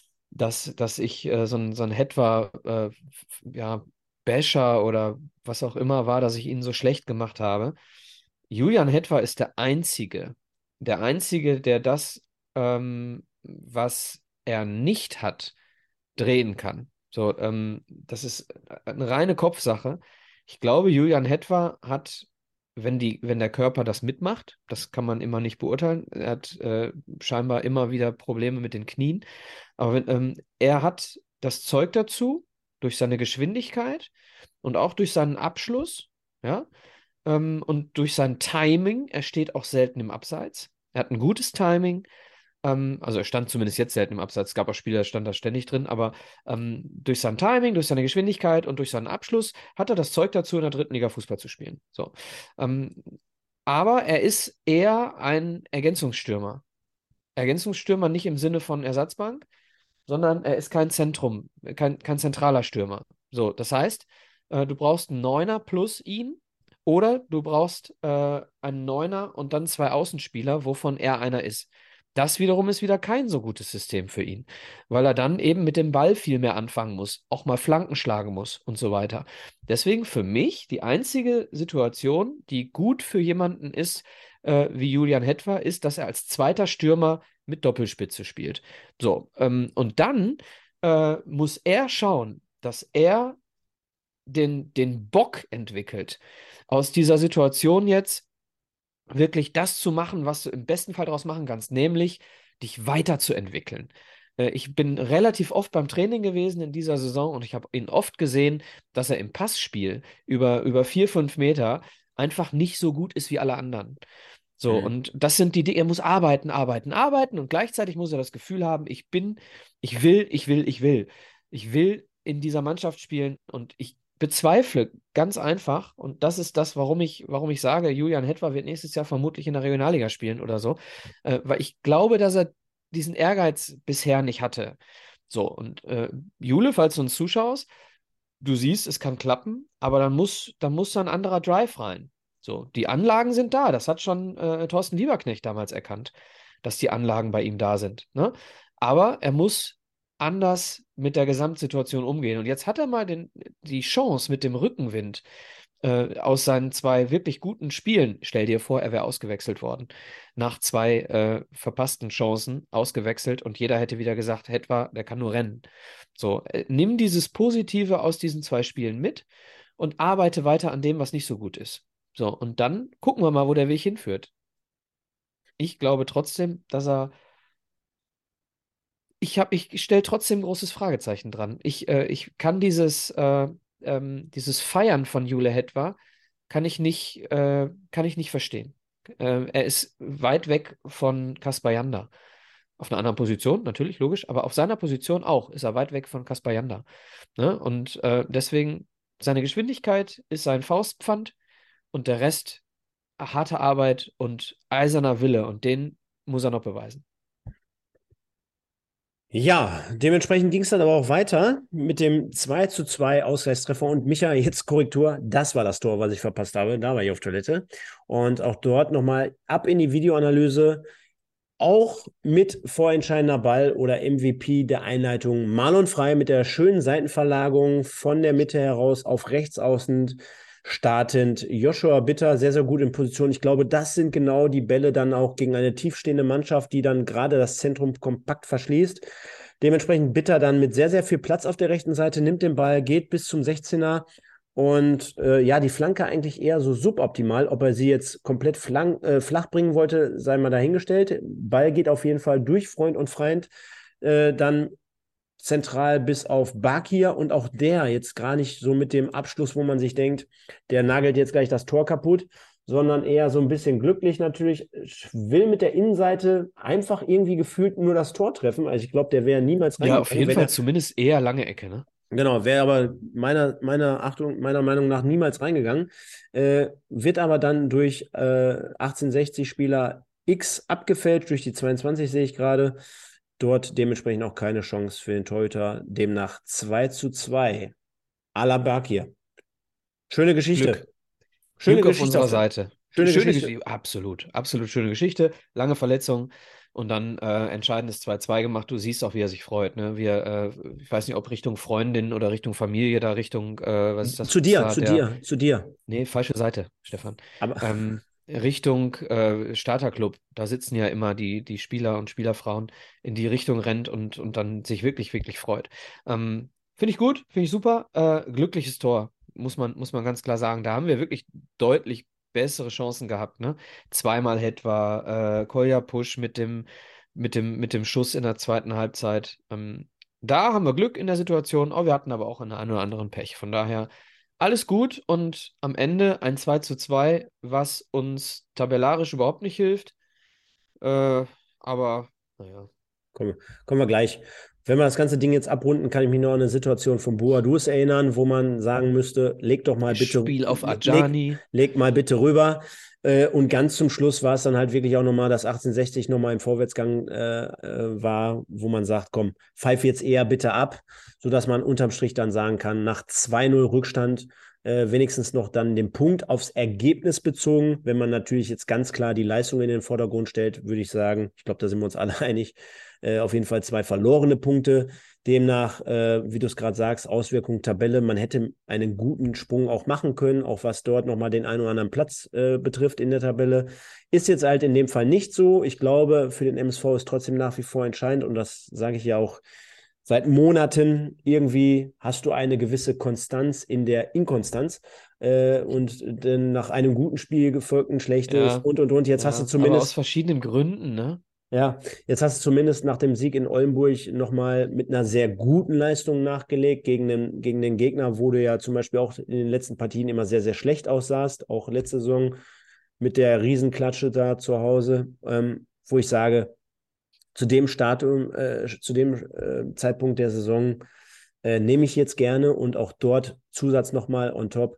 dass, dass ich äh, so ein, so ein Hetwa, äh, f- ja, Basher oder was auch immer war, dass ich ihn so schlecht gemacht habe. Julian Hetwa ist der Einzige, der Einzige, der das, ähm, was er nicht hat, drehen kann. So, ähm, das ist eine reine Kopfsache. Ich glaube, Julian Hetwa hat, wenn die, wenn der Körper das mitmacht, das kann man immer nicht beurteilen. Er hat äh, scheinbar immer wieder Probleme mit den Knien. Aber wenn, ähm, er hat das Zeug dazu, durch seine Geschwindigkeit und auch durch seinen Abschluss, ja, ähm, und durch sein Timing. Er steht auch selten im Abseits. Er hat ein gutes Timing. Ähm, also er stand zumindest jetzt selten im Abseits. Es gab auch Spieler, da stand da ständig drin, aber ähm, durch sein Timing, durch seine Geschwindigkeit und durch seinen Abschluss hat er das Zeug dazu, in der dritten Liga Fußball zu spielen. So. Ähm, aber er ist eher ein Ergänzungsstürmer. Ergänzungsstürmer nicht im Sinne von Ersatzbank, sondern er ist kein Zentrum, kein, kein zentraler Stürmer. So, das heißt, äh, du brauchst einen Neuner plus ihn oder du brauchst äh, einen Neuner und dann zwei Außenspieler, wovon er einer ist. Das wiederum ist wieder kein so gutes System für ihn, weil er dann eben mit dem Ball viel mehr anfangen muss, auch mal Flanken schlagen muss und so weiter. Deswegen für mich die einzige Situation, die gut für jemanden ist, äh, wie Julian Hetwa, ist, dass er als zweiter Stürmer mit Doppelspitze spielt. So, ähm, und dann äh, muss er schauen, dass er den, den Bock entwickelt, aus dieser Situation jetzt wirklich das zu machen, was du im besten Fall daraus machen kannst, nämlich dich weiterzuentwickeln. Äh, Ich bin relativ oft beim Training gewesen in dieser Saison und ich habe ihn oft gesehen, dass er im Passspiel über, über vier, fünf Meter einfach nicht so gut ist wie alle anderen. So, Mhm. und das sind die Dinge, er muss arbeiten, arbeiten, arbeiten und gleichzeitig muss er das Gefühl haben, ich bin, ich will, ich will, ich will. Ich will in dieser Mannschaft spielen und ich bezweifle ganz einfach, und das ist das, warum ich, warum ich sage, Julian Hetwa wird nächstes Jahr vermutlich in der Regionalliga spielen oder so, äh, weil ich glaube, dass er diesen Ehrgeiz bisher nicht hatte. So, und äh, Jule, falls du uns zuschaust, du siehst, es kann klappen, aber dann muss, dann muss da ein anderer Drive rein. So, die Anlagen sind da. Das hat schon äh, Thorsten Lieberknecht damals erkannt, dass die Anlagen bei ihm da sind. Ne? Aber er muss anders mit der Gesamtsituation umgehen. Und jetzt hat er mal den, die Chance mit dem Rückenwind äh, aus seinen zwei wirklich guten Spielen. Stell dir vor, er wäre ausgewechselt worden. Nach zwei äh, verpassten Chancen ausgewechselt und jeder hätte wieder gesagt, Hetwa, der kann nur rennen. So, äh, nimm dieses Positive aus diesen zwei Spielen mit und arbeite weiter an dem, was nicht so gut ist. So, und dann gucken wir mal, wo der Weg hinführt. Ich glaube trotzdem, dass er. Ich habe, ich stelle trotzdem ein großes Fragezeichen dran. Ich, äh, ich kann dieses, äh, ähm, dieses Feiern von Jule Hetwa kann ich nicht, äh, kann ich nicht verstehen. Äh, er ist weit weg von Kaspar Janda. Auf einer anderen Position, natürlich, logisch, aber auf seiner Position auch ist er weit weg von Kaspar Janda. Ne? Und äh, deswegen, seine Geschwindigkeit ist sein Faustpfand und der Rest harte Arbeit und eiserner Wille und den muss er noch beweisen. Ja, dementsprechend ging es dann aber auch weiter mit dem zwei zu zwei Ausgleichstreffer. Und Micha, jetzt Korrektur, das war das Tor, was ich verpasst habe. Da war ich auf Toilette. Und auch dort nochmal ab in die Videoanalyse. Auch mit vorentscheidender Ball oder M V P der Einleitung. Marlon Frey mit der schönen Seitenverlagerung von der Mitte heraus auf rechts außen startend. Joshua Bitter sehr, sehr gut in Position. Ich glaube, das sind genau die Bälle dann auch gegen eine tiefstehende Mannschaft, die dann gerade das Zentrum kompakt verschließt. Dementsprechend Bitter dann mit sehr, sehr viel Platz auf der rechten Seite, nimmt den Ball, geht bis zum sechzehner. Und äh, ja, die Flanke eigentlich eher so suboptimal. Ob er sie jetzt komplett flank, äh, flach bringen wollte, sei mal dahingestellt. Ball geht auf jeden Fall durch Freund und Feind. Äh, dann zentral bis auf Bakir und auch der jetzt gar nicht so mit dem Abschluss, wo man sich denkt, der nagelt jetzt gleich das Tor kaputt, sondern eher so ein bisschen glücklich natürlich, will mit der Innenseite einfach irgendwie gefühlt nur das Tor treffen. Also ich glaube, der wäre niemals Ja, auf reingegangen, jeden wenn Fall er zumindest eher lange Ecke, ne? Genau, wäre aber meiner, meiner Achtung, meiner Meinung nach niemals reingegangen. Äh, wird aber dann durch äh, achtzehnhundertsechzig-Spieler X abgefälscht, durch die zweiundzwanzig sehe ich gerade. Dort dementsprechend auch keine Chance für den Torhüter. Demnach zwei zu zwei. Alabakir. Schöne Glück. Geschichte. Schöne Glück auf Geschichte auf unserer der. Seite. Schöne Schöne Geschichte. Geschichte, absolut, absolut schöne Geschichte. Lange Verletzung und dann äh, entscheidendes zwei zwei gemacht. Du siehst auch, wie er sich freut. Ne? Wie er, äh, ich weiß nicht, ob Richtung Freundin oder Richtung Familie, da Richtung, äh, was ist das, Zu dir, Uster, zu der, dir, zu dir. nee, falsche Seite, Stefan. Aber Ähm, Richtung äh, Starterclub, da sitzen ja immer die, die Spieler und Spielerfrauen, in die Richtung rennt und, und dann sich wirklich, wirklich freut. Ähm, finde ich gut, finde ich super. Äh, glückliches Tor, muss man, muss man ganz klar sagen. Da haben wir wirklich deutlich bessere Chancen gehabt, ne? Zweimal Hetwa, äh, Kolja Pusch mit dem, mit dem, mit dem Schuss in der zweiten Halbzeit. Ähm, da haben wir Glück in der Situation, oh, wir hatten aber auch in der einen oder anderen Pech. Von daher alles gut und am Ende ein zwei zu zwei, was uns tabellarisch überhaupt nicht hilft. Äh, aber naja. Kommen, kommen wir gleich. Wenn wir das ganze Ding jetzt abrunden, kann ich mich noch an eine Situation von Boadus erinnern, wo man sagen müsste, leg doch mal bitte, Spiel auf leg, Ajani. leg mal bitte rüber. Äh, und ganz zum Schluss war es dann halt wirklich auch nochmal, dass achtzehnhundertsechzig nochmal im Vorwärtsgang äh, äh, war, wo man sagt, komm, pfeif jetzt eher bitte ab, sodass man unterm Strich dann sagen kann, nach zwei null Rückstand äh, wenigstens noch dann den Punkt aufs Ergebnis bezogen. Wenn man natürlich jetzt ganz klar die Leistung in den Vordergrund stellt, würde ich sagen, ich glaube, da sind wir uns alle einig, äh, auf jeden Fall zwei verlorene Punkte. Demnach, äh, wie du es gerade sagst, Auswirkung Tabelle. Man hätte einen guten Sprung auch machen können, auch was dort nochmal den einen oder anderen Platz äh, betrifft in der Tabelle. Ist jetzt halt in dem Fall nicht so. Ich glaube, für den M S V ist trotzdem nach wie vor entscheidend und das sage ich ja auch seit Monaten. Irgendwie hast du eine gewisse Konstanz in der Inkonstanz äh, und dann nach einem guten Spiel gefolgt ein schlechtes Ja, und und und. Jetzt hast du ja. Aber aus zumindest verschiedenen Gründen, ne? ja, jetzt hast du zumindest nach dem Sieg in Oldenburg nochmal mit einer sehr guten Leistung nachgelegt gegen den, gegen den Gegner, wo du ja zum Beispiel auch in den letzten Partien immer sehr, sehr schlecht aussahst, auch letzte Saison. mit der Riesenklatsche da zu Hause, ähm, wo ich sage, zu dem Stadium, äh, zu dem äh, Zeitpunkt der Saison äh, nehme ich jetzt gerne und auch dort Zusatz nochmal on top.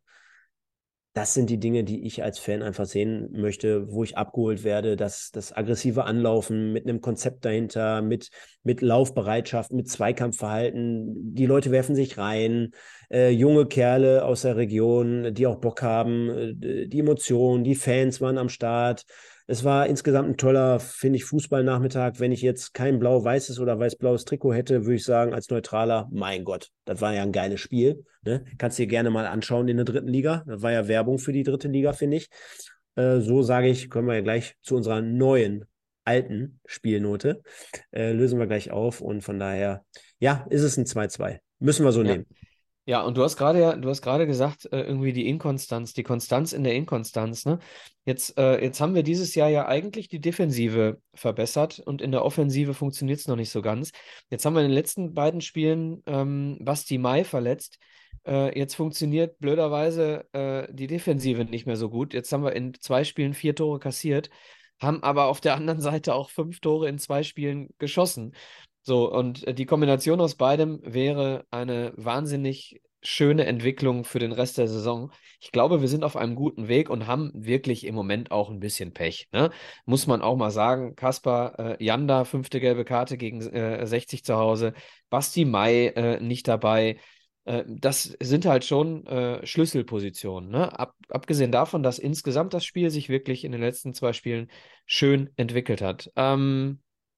Das sind die Dinge, die ich als Fan einfach sehen möchte, wo ich abgeholt werde, das, das aggressive Anlaufen mit einem Konzept dahinter, mit, mit Laufbereitschaft, mit Zweikampfverhalten. Die Leute werfen sich rein, äh, junge Kerle aus der Region, die auch Bock haben, äh, die Emotionen, die Fans waren am Start. Es war insgesamt ein toller, finde ich, Fußballnachmittag. Wenn ich jetzt kein blau-weißes oder weiß-blaues Trikot hätte, würde ich sagen, als Neutraler, mein Gott, das war ja ein geiles Spiel. Ne? Kannst dir gerne mal anschauen in der dritten Liga. Das war ja Werbung für die dritte Liga, finde ich. Äh, so sage ich, kommen wir ja gleich zu unserer neuen, alten Spielnote. Äh, lösen wir gleich auf und von daher, ja, ist es ein zwei zwei. Müssen wir so Ja. nehmen. Ja, und du hast gerade ja, du hast gerade gesagt, äh, irgendwie die Inkonstanz, die Konstanz in der Inkonstanz, ne? Jetzt, äh, jetzt haben wir dieses Jahr ja eigentlich die Defensive verbessert und in der Offensive funktioniert es noch nicht so ganz. Jetzt haben wir in den letzten beiden Spielen ähm, Basti Mai verletzt. Äh, jetzt funktioniert blöderweise äh, die Defensive nicht mehr so gut. Jetzt haben wir in zwei Spielen vier Tore kassiert, haben aber auf der anderen Seite auch fünf Tore in zwei Spielen geschossen. So, und äh, die Kombination aus beidem wäre eine wahnsinnig schöne Entwicklung für den Rest der Saison. Ich glaube, wir sind auf einem guten Weg und haben wirklich im Moment auch ein bisschen Pech, ne? Muss man auch mal sagen. Kaspar äh, Janda, fünfte gelbe Karte gegen äh, sechzig zu Hause. Basti Mai äh, nicht dabei. Äh, das sind halt schon äh, Schlüsselpositionen, ne? Ab, abgesehen davon, dass insgesamt das Spiel sich wirklich in den letzten zwei Spielen schön entwickelt hat. Ähm,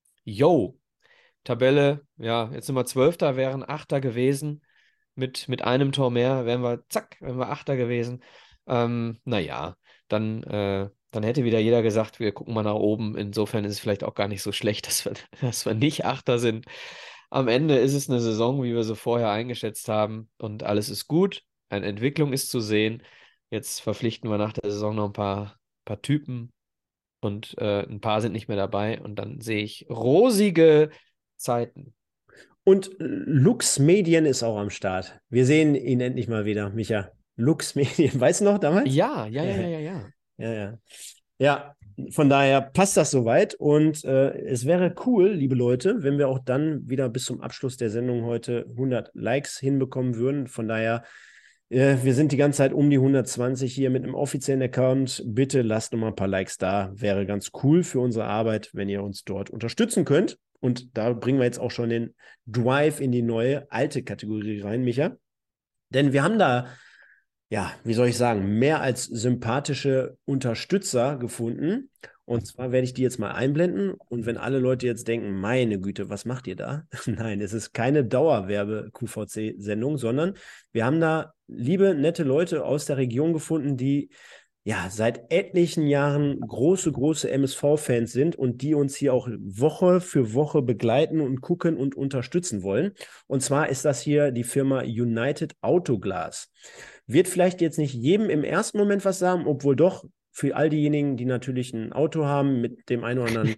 yo. Tabelle, ja, jetzt sind wir Zwölfter, wären Achter gewesen. Mit, mit einem Tor mehr wären wir, zack, wären wir Achter gewesen. Ähm, naja, dann, äh, dann hätte wieder jeder gesagt, wir gucken mal nach oben. Insofern ist es vielleicht auch gar nicht so schlecht, dass wir, dass wir nicht Achter sind. Am Ende ist es eine Saison, wie wir sie vorher eingeschätzt haben. Und alles ist gut. Eine Entwicklung ist zu sehen. Jetzt verpflichten wir nach der Saison noch ein paar, paar Typen. Und äh, ein paar sind nicht mehr dabei. Und dann sehe ich rosige Zeiten. Und Lux Medien ist auch am Start. Wir sehen ihn endlich mal wieder, Micha. Lux Medien, weißt du noch damals? Ja, ja, ja, ja, ja, ja. Ja, ja. Ja, von daher passt das soweit. Und äh, es wäre cool, liebe Leute, wenn wir auch dann wieder bis zum Abschluss der Sendung heute hundert Likes hinbekommen würden. Von daher, äh, wir sind die ganze Zeit um die hundertzwanzig hier mit einem offiziellen Account. Bitte lasst noch mal ein paar Likes da. Wäre ganz cool für unsere Arbeit, wenn ihr uns dort unterstützen könnt. Und da bringen wir jetzt auch schon den Drive in die neue, alte Kategorie rein, Micha. Denn wir haben da, ja, wie soll ich sagen, mehr als sympathische Unterstützer gefunden. Und zwar werde ich die jetzt mal einblenden. Und wenn alle Leute jetzt denken, meine Güte, was macht ihr da? Nein, es ist keine Dauerwerbe-Q V C-Sendung, sondern wir haben da liebe, nette Leute aus der Region gefunden, die ja seit etlichen Jahren große, große M S V-Fans sind und die uns hier auch Woche für Woche begleiten und gucken und unterstützen wollen. Und zwar ist das hier die Firma United Autoglas. Wird vielleicht jetzt nicht jedem im ersten Moment was sagen, obwohl doch für all diejenigen, die natürlich ein Auto haben mit dem einen oder anderen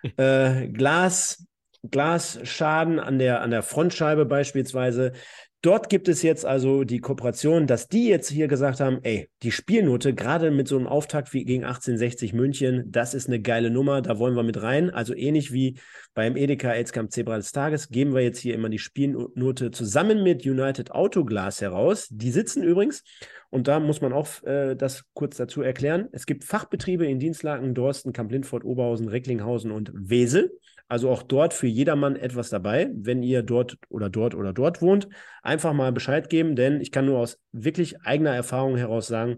äh, Glas, Glasschaden an der, an der Frontscheibe beispielsweise. Dort gibt es jetzt also die Kooperation, dass die jetzt hier gesagt haben, ey, die Spielnote, gerade mit so einem Auftakt wie gegen achtzehnhundertsechzig München, das ist eine geile Nummer, da wollen wir mit rein. Also ähnlich wie beim Edeka AIDS-Kampf Zebra des Tages, geben wir jetzt hier immer die Spielnote zusammen mit United Autoglas heraus. Die sitzen übrigens, und da muss man auch äh, das kurz dazu erklären, es gibt Fachbetriebe in Dienstlaken, Dorsten, Kamp-Lindfort, Oberhausen, Recklinghausen und Wesel. Also auch dort für jedermann etwas dabei, wenn ihr dort oder dort oder dort wohnt. Einfach mal Bescheid geben, denn ich kann nur aus wirklich eigener Erfahrung heraus sagen,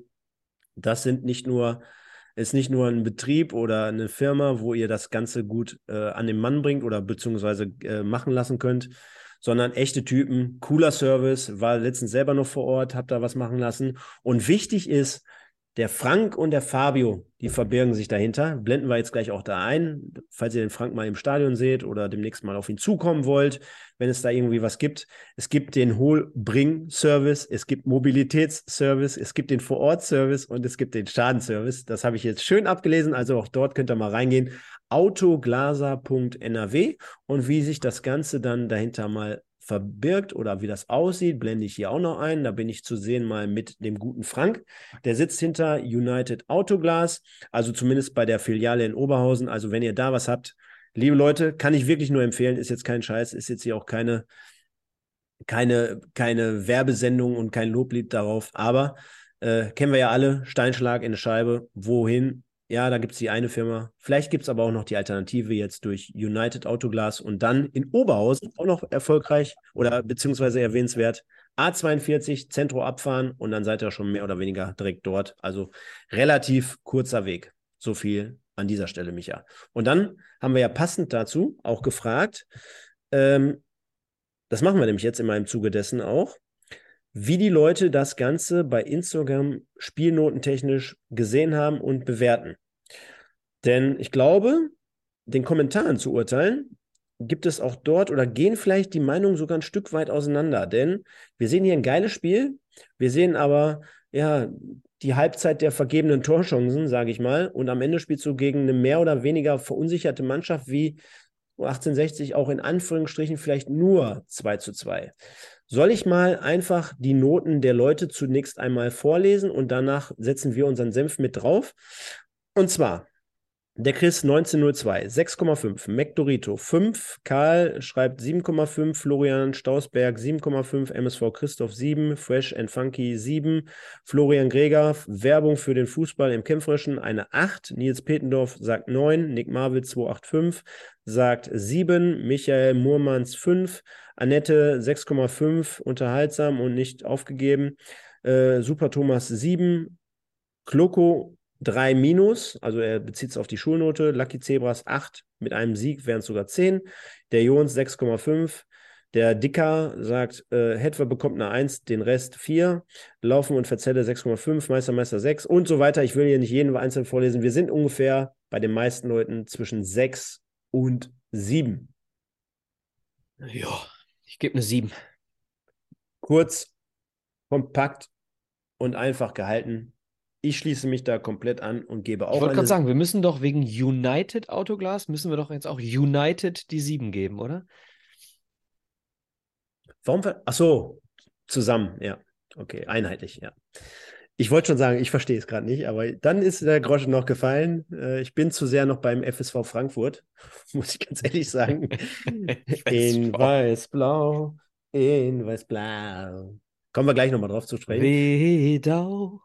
das sind nicht nur, ist nicht nur ein Betrieb oder eine Firma, wo ihr das Ganze gut äh, an den Mann bringt oder beziehungsweise äh, machen lassen könnt, sondern echte Typen, cooler Service, war letztens selber noch vor Ort, hab da was machen lassen. Und wichtig ist, der Frank und der Fabio, die verbirgen sich dahinter. Blenden wir jetzt gleich auch da ein, falls ihr den Frank mal im Stadion seht oder demnächst mal auf ihn zukommen wollt, wenn es da irgendwie was gibt. Es gibt den Hol-Bring-Service, es gibt Mobilitätsservice, es gibt den Vor-Ort-Service und es gibt den Schadenservice. Das habe ich jetzt schön abgelesen, also auch dort könnt ihr mal reingehen. autoglaser punkt n r w und wie sich das Ganze dann dahinter mal verbirgt oder wie das aussieht, blende ich hier auch noch ein. Da bin ich zu sehen mal mit dem guten Frank. Der sitzt hinter United Autoglas, also zumindest bei der Filiale in Oberhausen. Also wenn ihr da was habt, liebe Leute, kann ich wirklich nur empfehlen, ist jetzt kein Scheiß, ist jetzt hier auch keine, keine, keine Werbesendung und kein Loblied darauf, aber äh, kennen wir ja alle, Steinschlag in eine Scheibe, wohin? Ja, da gibt es die eine Firma. Vielleicht gibt es aber auch noch die Alternative jetzt durch United Autoglas und dann in Oberhausen auch noch erfolgreich oder beziehungsweise erwähnenswert A zweiundvierzig, Zentro abfahren und dann seid ihr schon mehr oder weniger direkt dort. Also relativ kurzer Weg. So viel an dieser Stelle, Micha. Und dann haben wir ja passend dazu auch gefragt, ähm, das machen wir nämlich jetzt in meinem Zuge dessen auch, wie die Leute das Ganze bei Instagram spielnotentechnisch gesehen haben und bewerten. Denn ich glaube, den Kommentaren zu urteilen, gibt es auch dort oder gehen vielleicht die Meinungen sogar ein Stück weit auseinander. Denn wir sehen hier ein geiles Spiel, wir sehen aber ja die Halbzeit der vergebenen Torchancen, sage ich mal, und am Ende spielst du gegen eine mehr oder weniger verunsicherte Mannschaft wie achtzehnhundertsechzig auch in Anführungsstrichen vielleicht nur zwei zu zwei. Soll ich mal einfach die Noten der Leute zunächst einmal vorlesen und danach setzen wir unseren Senf mit drauf? Und zwar der Chris neunzehnhundertzwei, sechs Komma fünf, McDorito fünf, Karl schreibt sieben Komma fünf, Florian Stausberg sieben Komma fünf, M S V Christoph sieben, Fresh and Funky sieben, Florian Greger, Werbung für den Fußball im Kämpferischen eine acht, Nils Petendorf sagt neun, Nick Marvel zweihundertfünfundachtzig sagt sieben, Michael Murmans fünf, Annette sechs Komma fünf, unterhaltsam und nicht aufgegeben, äh, Super Thomas sieben, Kloko drei minus, also er bezieht es auf die Schulnote, Lucky Zebras acht, mit einem Sieg wären es sogar zehn, der Jons sechs Komma fünf, der Dicker sagt, äh, Hetwer bekommt eine eins, den Rest vier, Laufen und Verzelle sechs Komma fünf, Meistermeister sechs und so weiter. Ich will hier nicht jeden einzeln vorlesen. Wir sind ungefähr bei den meisten Leuten zwischen sechs und sieben. Ja, ich gebe eine sieben. Kurz, kompakt und einfach gehalten. Ich schließe mich da komplett an und gebe auch Ich wollte eine... gerade sagen, wir müssen doch wegen United Autoglas, müssen wir doch jetzt auch United die sieben geben, oder? Warum? ver- Ach so, zusammen, ja. Okay, einheitlich, ja. Ich wollte schon sagen, ich verstehe es gerade nicht, aber dann ist der Groschen noch gefallen. Äh, Ich bin zu sehr noch beim F S V Frankfurt, muss ich ganz ehrlich sagen. In Weiß-Blau, in Weiß-Blau. Kommen wir gleich nochmal drauf zu sprechen. Wedau,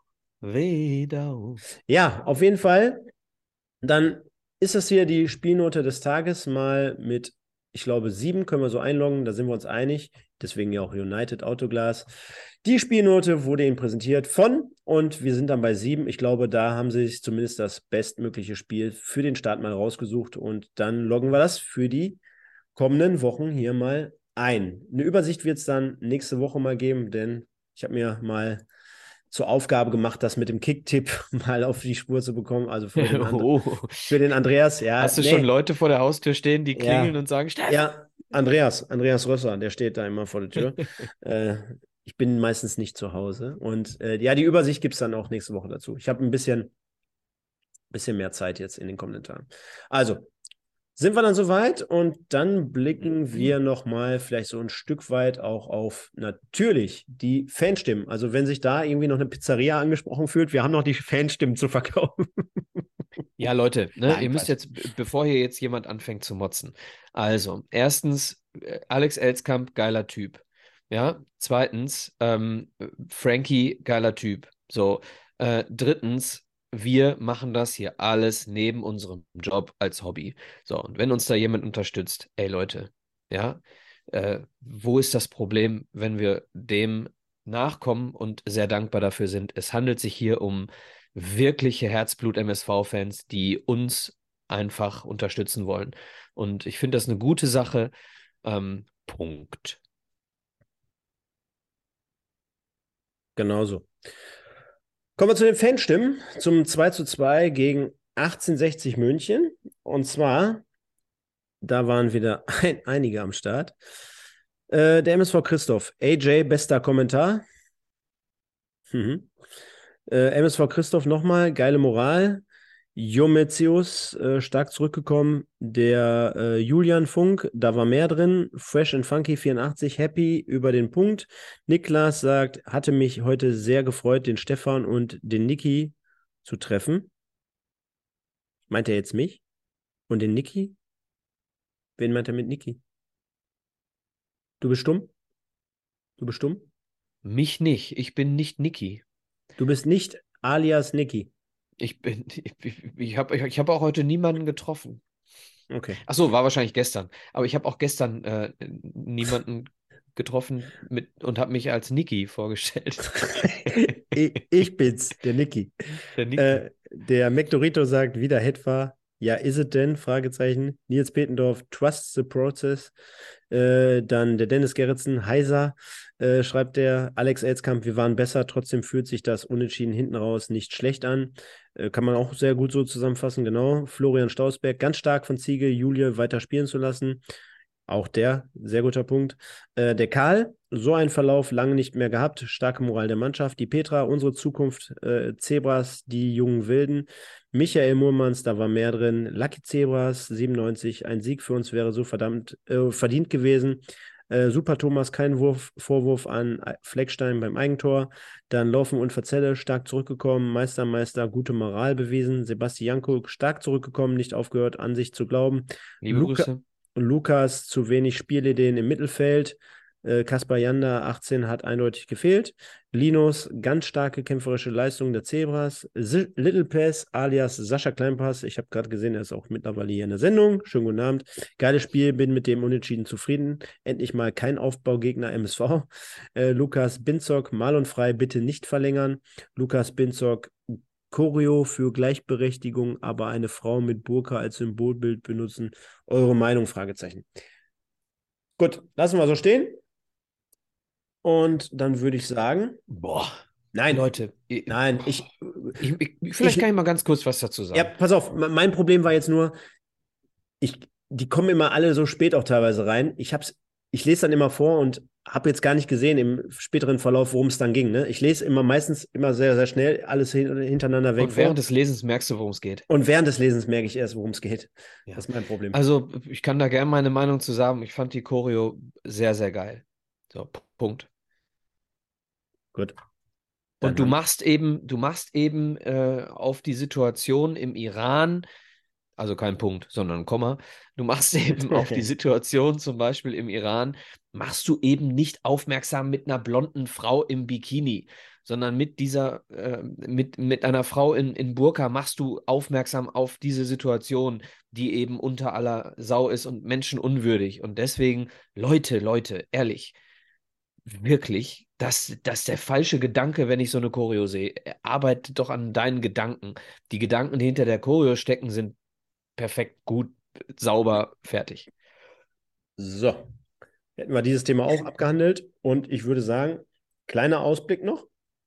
Wedau. Ja, auf jeden Fall. Dann ist das hier die Spielnote des Tages mal mit, ich glaube, sieben können wir so einloggen, da sind wir uns einig. Deswegen ja auch United Autoglas. Die Spielnote wurde Ihnen präsentiert von und wir sind dann bei sieben. Ich glaube, da haben Sie sich zumindest das bestmögliche Spiel für den Start mal rausgesucht und dann loggen wir das für die kommenden Wochen hier mal ein. Eine Übersicht wird es dann nächste Woche mal geben, denn ich habe mir mal zur Aufgabe gemacht, das mit dem Kicktipp mal auf die Spur zu bekommen. Also für den, And Oh. für den Andreas, ja. Hast du nee. schon Leute vor der Haustür stehen, die Ja. klingeln und sagen, Steff? Ja, Andreas, Andreas Rösser, der steht da immer vor der Tür. äh, ich bin meistens nicht zu Hause. Und äh, ja, die Übersicht gibt es dann auch nächste Woche dazu. Ich habe ein bisschen, bisschen mehr Zeit jetzt in den kommenden Tagen. Also, sind wir dann soweit und dann blicken Mhm. wir nochmal vielleicht so ein Stück weit auch auf natürlich die Fanstimmen. Also wenn sich da irgendwie noch eine Pizzeria angesprochen fühlt, wir haben noch die Fanstimmen zu verkaufen. Ja, Leute, ne, Nein, ihr müsst Quatsch. jetzt, b- bevor hier jetzt jemand anfängt zu motzen. Also, erstens, äh, Alex Elskamp, geiler Typ. Ja, zweitens, ähm, äh, Frankie, geiler Typ. So, äh, drittens, wir machen das hier alles neben unserem Job als Hobby. So, und wenn uns da jemand unterstützt, ey Leute, ja, äh, wo ist das Problem, wenn wir dem nachkommen und sehr dankbar dafür sind? Es handelt sich hier um wirkliche Herzblut-M S V-Fans, die uns einfach unterstützen wollen. Und ich finde das eine gute Sache. Ähm, Punkt. Genauso. Kommen wir zu den Fanstimmen, zum zwei zu zwei gegen achtzehnhundertsechzig München. Und zwar, da waren wieder ein, einige am Start. Äh, der M S V Christoph, A J, bester Kommentar. Mhm. Äh, M S V Christoph nochmal, geile Moral. Jomezius, äh, stark zurückgekommen. Der äh, Julian Funk, da war mehr drin. Fresh and Funky vierundachtzig, happy über den Punkt. Niklas sagt, hatte mich heute sehr gefreut, den Stefan und den Niki zu treffen. Meint er jetzt mich? Und den Niki? Wen meint er mit Niki? Du bist stumm? Du bist stumm? Mich nicht. Ich bin nicht Niki. Du bist nicht alias Niki. Ich bin, ich, ich, ich habe ich, ich hab auch heute niemanden getroffen. Okay. Ach so, war wahrscheinlich gestern. Aber ich habe auch gestern äh, niemanden getroffen mit, und habe mich als Niki vorgestellt. ich, ich bin's, der Niki. Der Niki. Äh, der McDorito sagt, wieder Hetwa. Ja, is it denn? Fragezeichen. Nils Petendorf, trust the process. Äh, dann der Dennis Gerritsen, heiser, äh, schreibt der. Alex Elskamp, wir waren besser, trotzdem fühlt sich das Unentschieden hinten raus nicht schlecht an. Äh, kann man auch sehr gut so zusammenfassen, genau. Florian Stausberg, ganz stark von Ziege, Julie weiter spielen zu lassen. Auch der, sehr guter Punkt. Äh, der Karl, so einen Verlauf lange nicht mehr gehabt. Starke Moral der Mannschaft. Die Petra, unsere Zukunft. Äh, Zebras, die jungen Wilden. Michael Murmans, da war mehr drin. Lucky Zebras, siebenundneunzig. Ein Sieg für uns wäre so verdammt äh, verdient gewesen. Äh, Super Thomas, kein Wurf, Vorwurf an Fleckstein beim Eigentor. Dann Laufen und Verzelle, stark zurückgekommen. Meister, Meister, gute Moral bewiesen. Sebastian Janko, stark zurückgekommen, nicht aufgehört, an sich zu glauben. Liebe Luca Grüße. Lukas, zu wenig Spielideen im Mittelfeld. Äh, Kaspar Janda, achtzehn, hat eindeutig gefehlt. Linus, ganz starke kämpferische Leistung der Zebras. S Little Pass alias Sascha Kleinpass. Ich habe gerade gesehen, er ist auch mittlerweile hier in der Sendung. Schönen guten Abend. Geiles Spiel, bin mit dem Unentschieden zufrieden. Endlich mal kein Aufbaugegner M S V. Äh, Lukas Binzock, mal und frei, bitte nicht verlängern. Lukas Binzock, Choreo für Gleichberechtigung, aber eine Frau mit Burka als Symbolbild benutzen. Eure Meinung? Fragezeichen. Gut, lassen wir so stehen. Und dann würde ich sagen, Boah, nein, Leute. ich- nein, ich, Ich, ich, vielleicht ich- kann ich mal ganz kurz was dazu sagen. ja, pass auf, me- mein Problem war jetzt nur, ich, die kommen immer alle so spät auch teilweise rein. Ich hab's, ich lese dann immer vor und habe jetzt gar nicht gesehen im späteren Verlauf, worum es dann ging. Ne? Ich lese immer meistens immer sehr, sehr schnell alles hin, hintereinander weg Und während vor. des Lesens merkst du, worum es geht. Und während des Lesens merke ich erst, worum es geht. Ja. Das ist mein Problem. Also, ich kann da gerne meine Meinung zu sagen. Ich fand die Choreo sehr, sehr geil. So, P- Punkt. Gut. Dann Und du haben- machst eben, du machst eben äh, auf die Situation im Iran, also kein Punkt, sondern ein Komma, du machst eben auf die Situation zum Beispiel im Iran, machst du eben nicht aufmerksam mit einer blonden Frau im Bikini, sondern mit dieser, äh, mit, mit einer Frau in, in Burka machst du aufmerksam auf diese Situation, die eben unter aller Sau ist und menschenunwürdig. Und deswegen, Leute, Leute, ehrlich, wirklich, das, das ist der falsche Gedanke, wenn ich so eine Choreo sehe. Arbeite doch an deinen Gedanken. Die Gedanken, die hinter der Choreo stecken, sind perfekt, gut, sauber, fertig. So, hätten wir dieses Thema auch abgehandelt. Und ich würde sagen, kleiner Ausblick noch.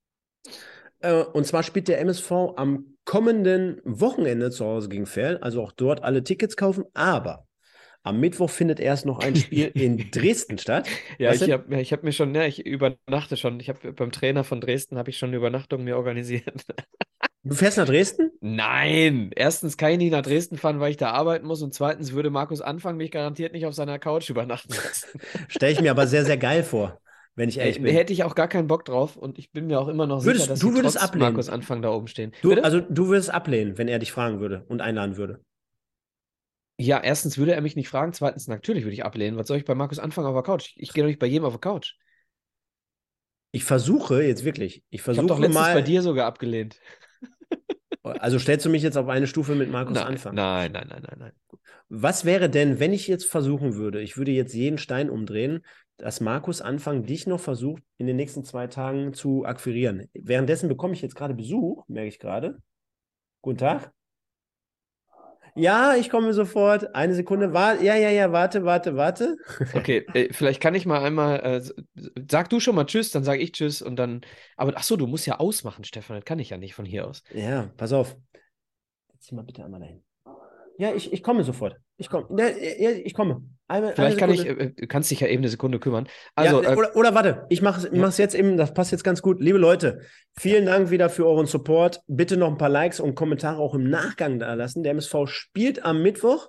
Äh, und zwar spielt der M S V am kommenden Wochenende zu Hause gegen Verl. Also auch dort alle Tickets kaufen. Aber am Mittwoch findet erst noch ein Spiel in Dresden statt. Ja, Was ich denn? habe ich hab mir schon, ja, ich übernachte schon. Ich habe beim Trainer von Dresden habe ich schon eine Übernachtung mir organisiert. Du fährst nach Dresden? Nein, erstens kann ich nicht nach Dresden fahren, weil ich da arbeiten muss, und zweitens würde Markus Anfang mich garantiert nicht auf seiner Couch übernachten lassen. Stelle ich mir aber sehr, sehr geil vor, wenn ich ehrlich Äh, bin. Hätte ich auch gar keinen Bock drauf, und ich bin mir auch immer noch Würdest- sicher, dass du sie würdest trotz ablehnen? Markus Anfang da oben stehen. Du, Bitte? also du würdest ablehnen, wenn er dich fragen würde und einladen würde. Ja, erstens würde er mich nicht fragen, zweitens natürlich würde ich ablehnen. Was soll ich bei Markus Anfang auf der Couch? Ich, ich gehe doch nicht bei jedem auf der Couch. Ich versuche jetzt wirklich, ich Ich habe versuche doch letztens mal, bei dir sogar abgelehnt. also stellst du mich jetzt auf eine Stufe mit Markus Nein, Anfang? nein, nein, nein, nein, nein. Was wäre denn, wenn ich jetzt versuchen würde, ich würde jetzt jeden Stein umdrehen, dass Markus Anfang dich noch versucht, in den nächsten zwei Tagen zu akquirieren? Währenddessen bekomme ich jetzt gerade Besuch, merke ich gerade. Guten Tag. Ja, ich komme sofort. Eine Sekunde. Wa ja, ja, ja, warte, warte, warte. Okay, äh, vielleicht kann ich mal einmal, äh, s- sag du schon mal Tschüss, dann sage ich Tschüss und dann, aber ach so, du musst ja ausmachen, Stefan, das kann ich ja nicht von hier aus. Ja, pass auf. Setz dich mal bitte einmal dahin. Ja, ich, ich komme sofort. Ich komme. Ja, ich komme. Eine, Vielleicht eine kann ich, Sekunde. äh, du kannst dich ja eben eine Sekunde kümmern. Also, ja, äh, oder, oder warte, ich mache es ja. jetzt eben, das passt jetzt ganz gut. Liebe Leute, vielen Dank wieder für euren Support. Bitte noch ein paar Likes und Kommentare auch im Nachgang da lassen. Der M S V spielt am Mittwoch.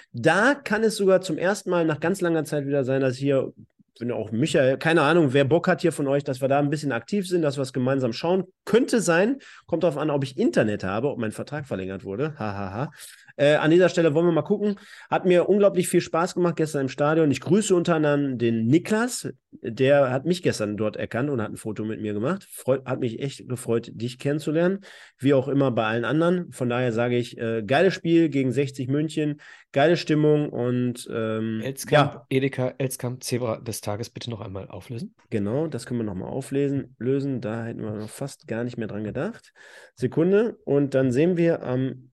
Da kann es sogar zum ersten Mal nach ganz langer Zeit wieder sein, dass hier, wenn auch Michael, keine Ahnung, wer Bock hat hier von euch, dass wir da ein bisschen aktiv sind, dass wir es gemeinsam schauen. Könnte sein, kommt darauf an, ob ich Internet habe, ob mein Vertrag verlängert wurde. Hahaha. Ha, ha. Äh, an dieser Stelle wollen wir mal gucken. Hat mir unglaublich viel Spaß gemacht gestern im Stadion. Ich grüße unter anderem den Niklas. Der hat mich gestern dort erkannt und hat ein Foto mit mir gemacht. Freut, hat mich echt gefreut, dich kennenzulernen. Wie auch immer bei allen anderen. Von daher sage ich, äh, geiles Spiel gegen sechzig München. Geile Stimmung und ähm, Elskamp, ja. Edeka, Elskamp, Zebra des Tages bitte noch einmal auflösen. Genau, das können wir nochmal auflesen, lösen. Da hätten wir noch fast gar nicht mehr dran gedacht. Sekunde. Und dann sehen wir am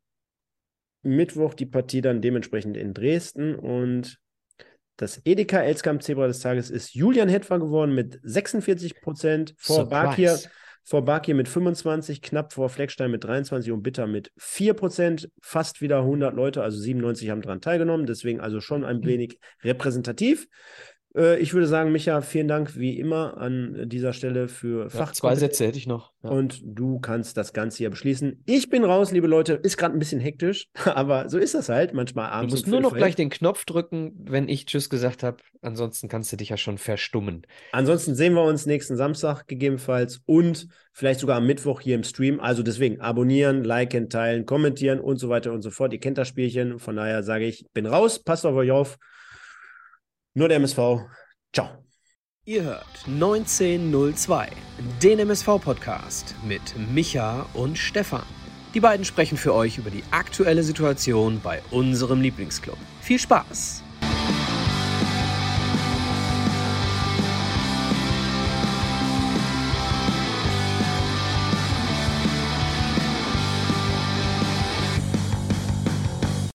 Mittwoch die Partie dann dementsprechend in Dresden und das Edeka Elskamp Zebra des Tages ist Julian Hetfer geworden mit sechsundvierzig Prozent, vor Bakir, vor Bakir mit fünfundzwanzig, knapp vor Fleckstein mit dreiundzwanzig und Bitter mit vier Prozent, fast wieder hundert Leute, also siebenundneunzig haben daran teilgenommen, deswegen also schon ein wenig repräsentativ. Ich würde sagen, Micha, vielen Dank wie immer an dieser Stelle für ja, Fach. Zwei Sätze hätte ich noch. Ja. Und du kannst das Ganze hier beschließen. Ich bin raus, liebe Leute. Ist gerade ein bisschen hektisch, aber so ist das halt. Manchmal abends. Du musst um nur noch fünf gleich den Knopf drücken, wenn ich Tschüss gesagt habe. Ansonsten kannst du dich ja schon verstummen. Ansonsten sehen wir uns nächsten Samstag gegebenenfalls und vielleicht sogar am Mittwoch hier im Stream. Also deswegen abonnieren, liken, teilen, kommentieren und so weiter und so fort. Ihr kennt das Spielchen. Von daher sage ich, bin raus. Passt auf euch auf. Nur der M S V. Ciao. Ihr hört neunzehnhundertzwei, den M S V-Podcast mit Micha und Stefan. Die beiden sprechen für euch über die aktuelle Situation bei unserem Lieblingsclub. Viel Spaß!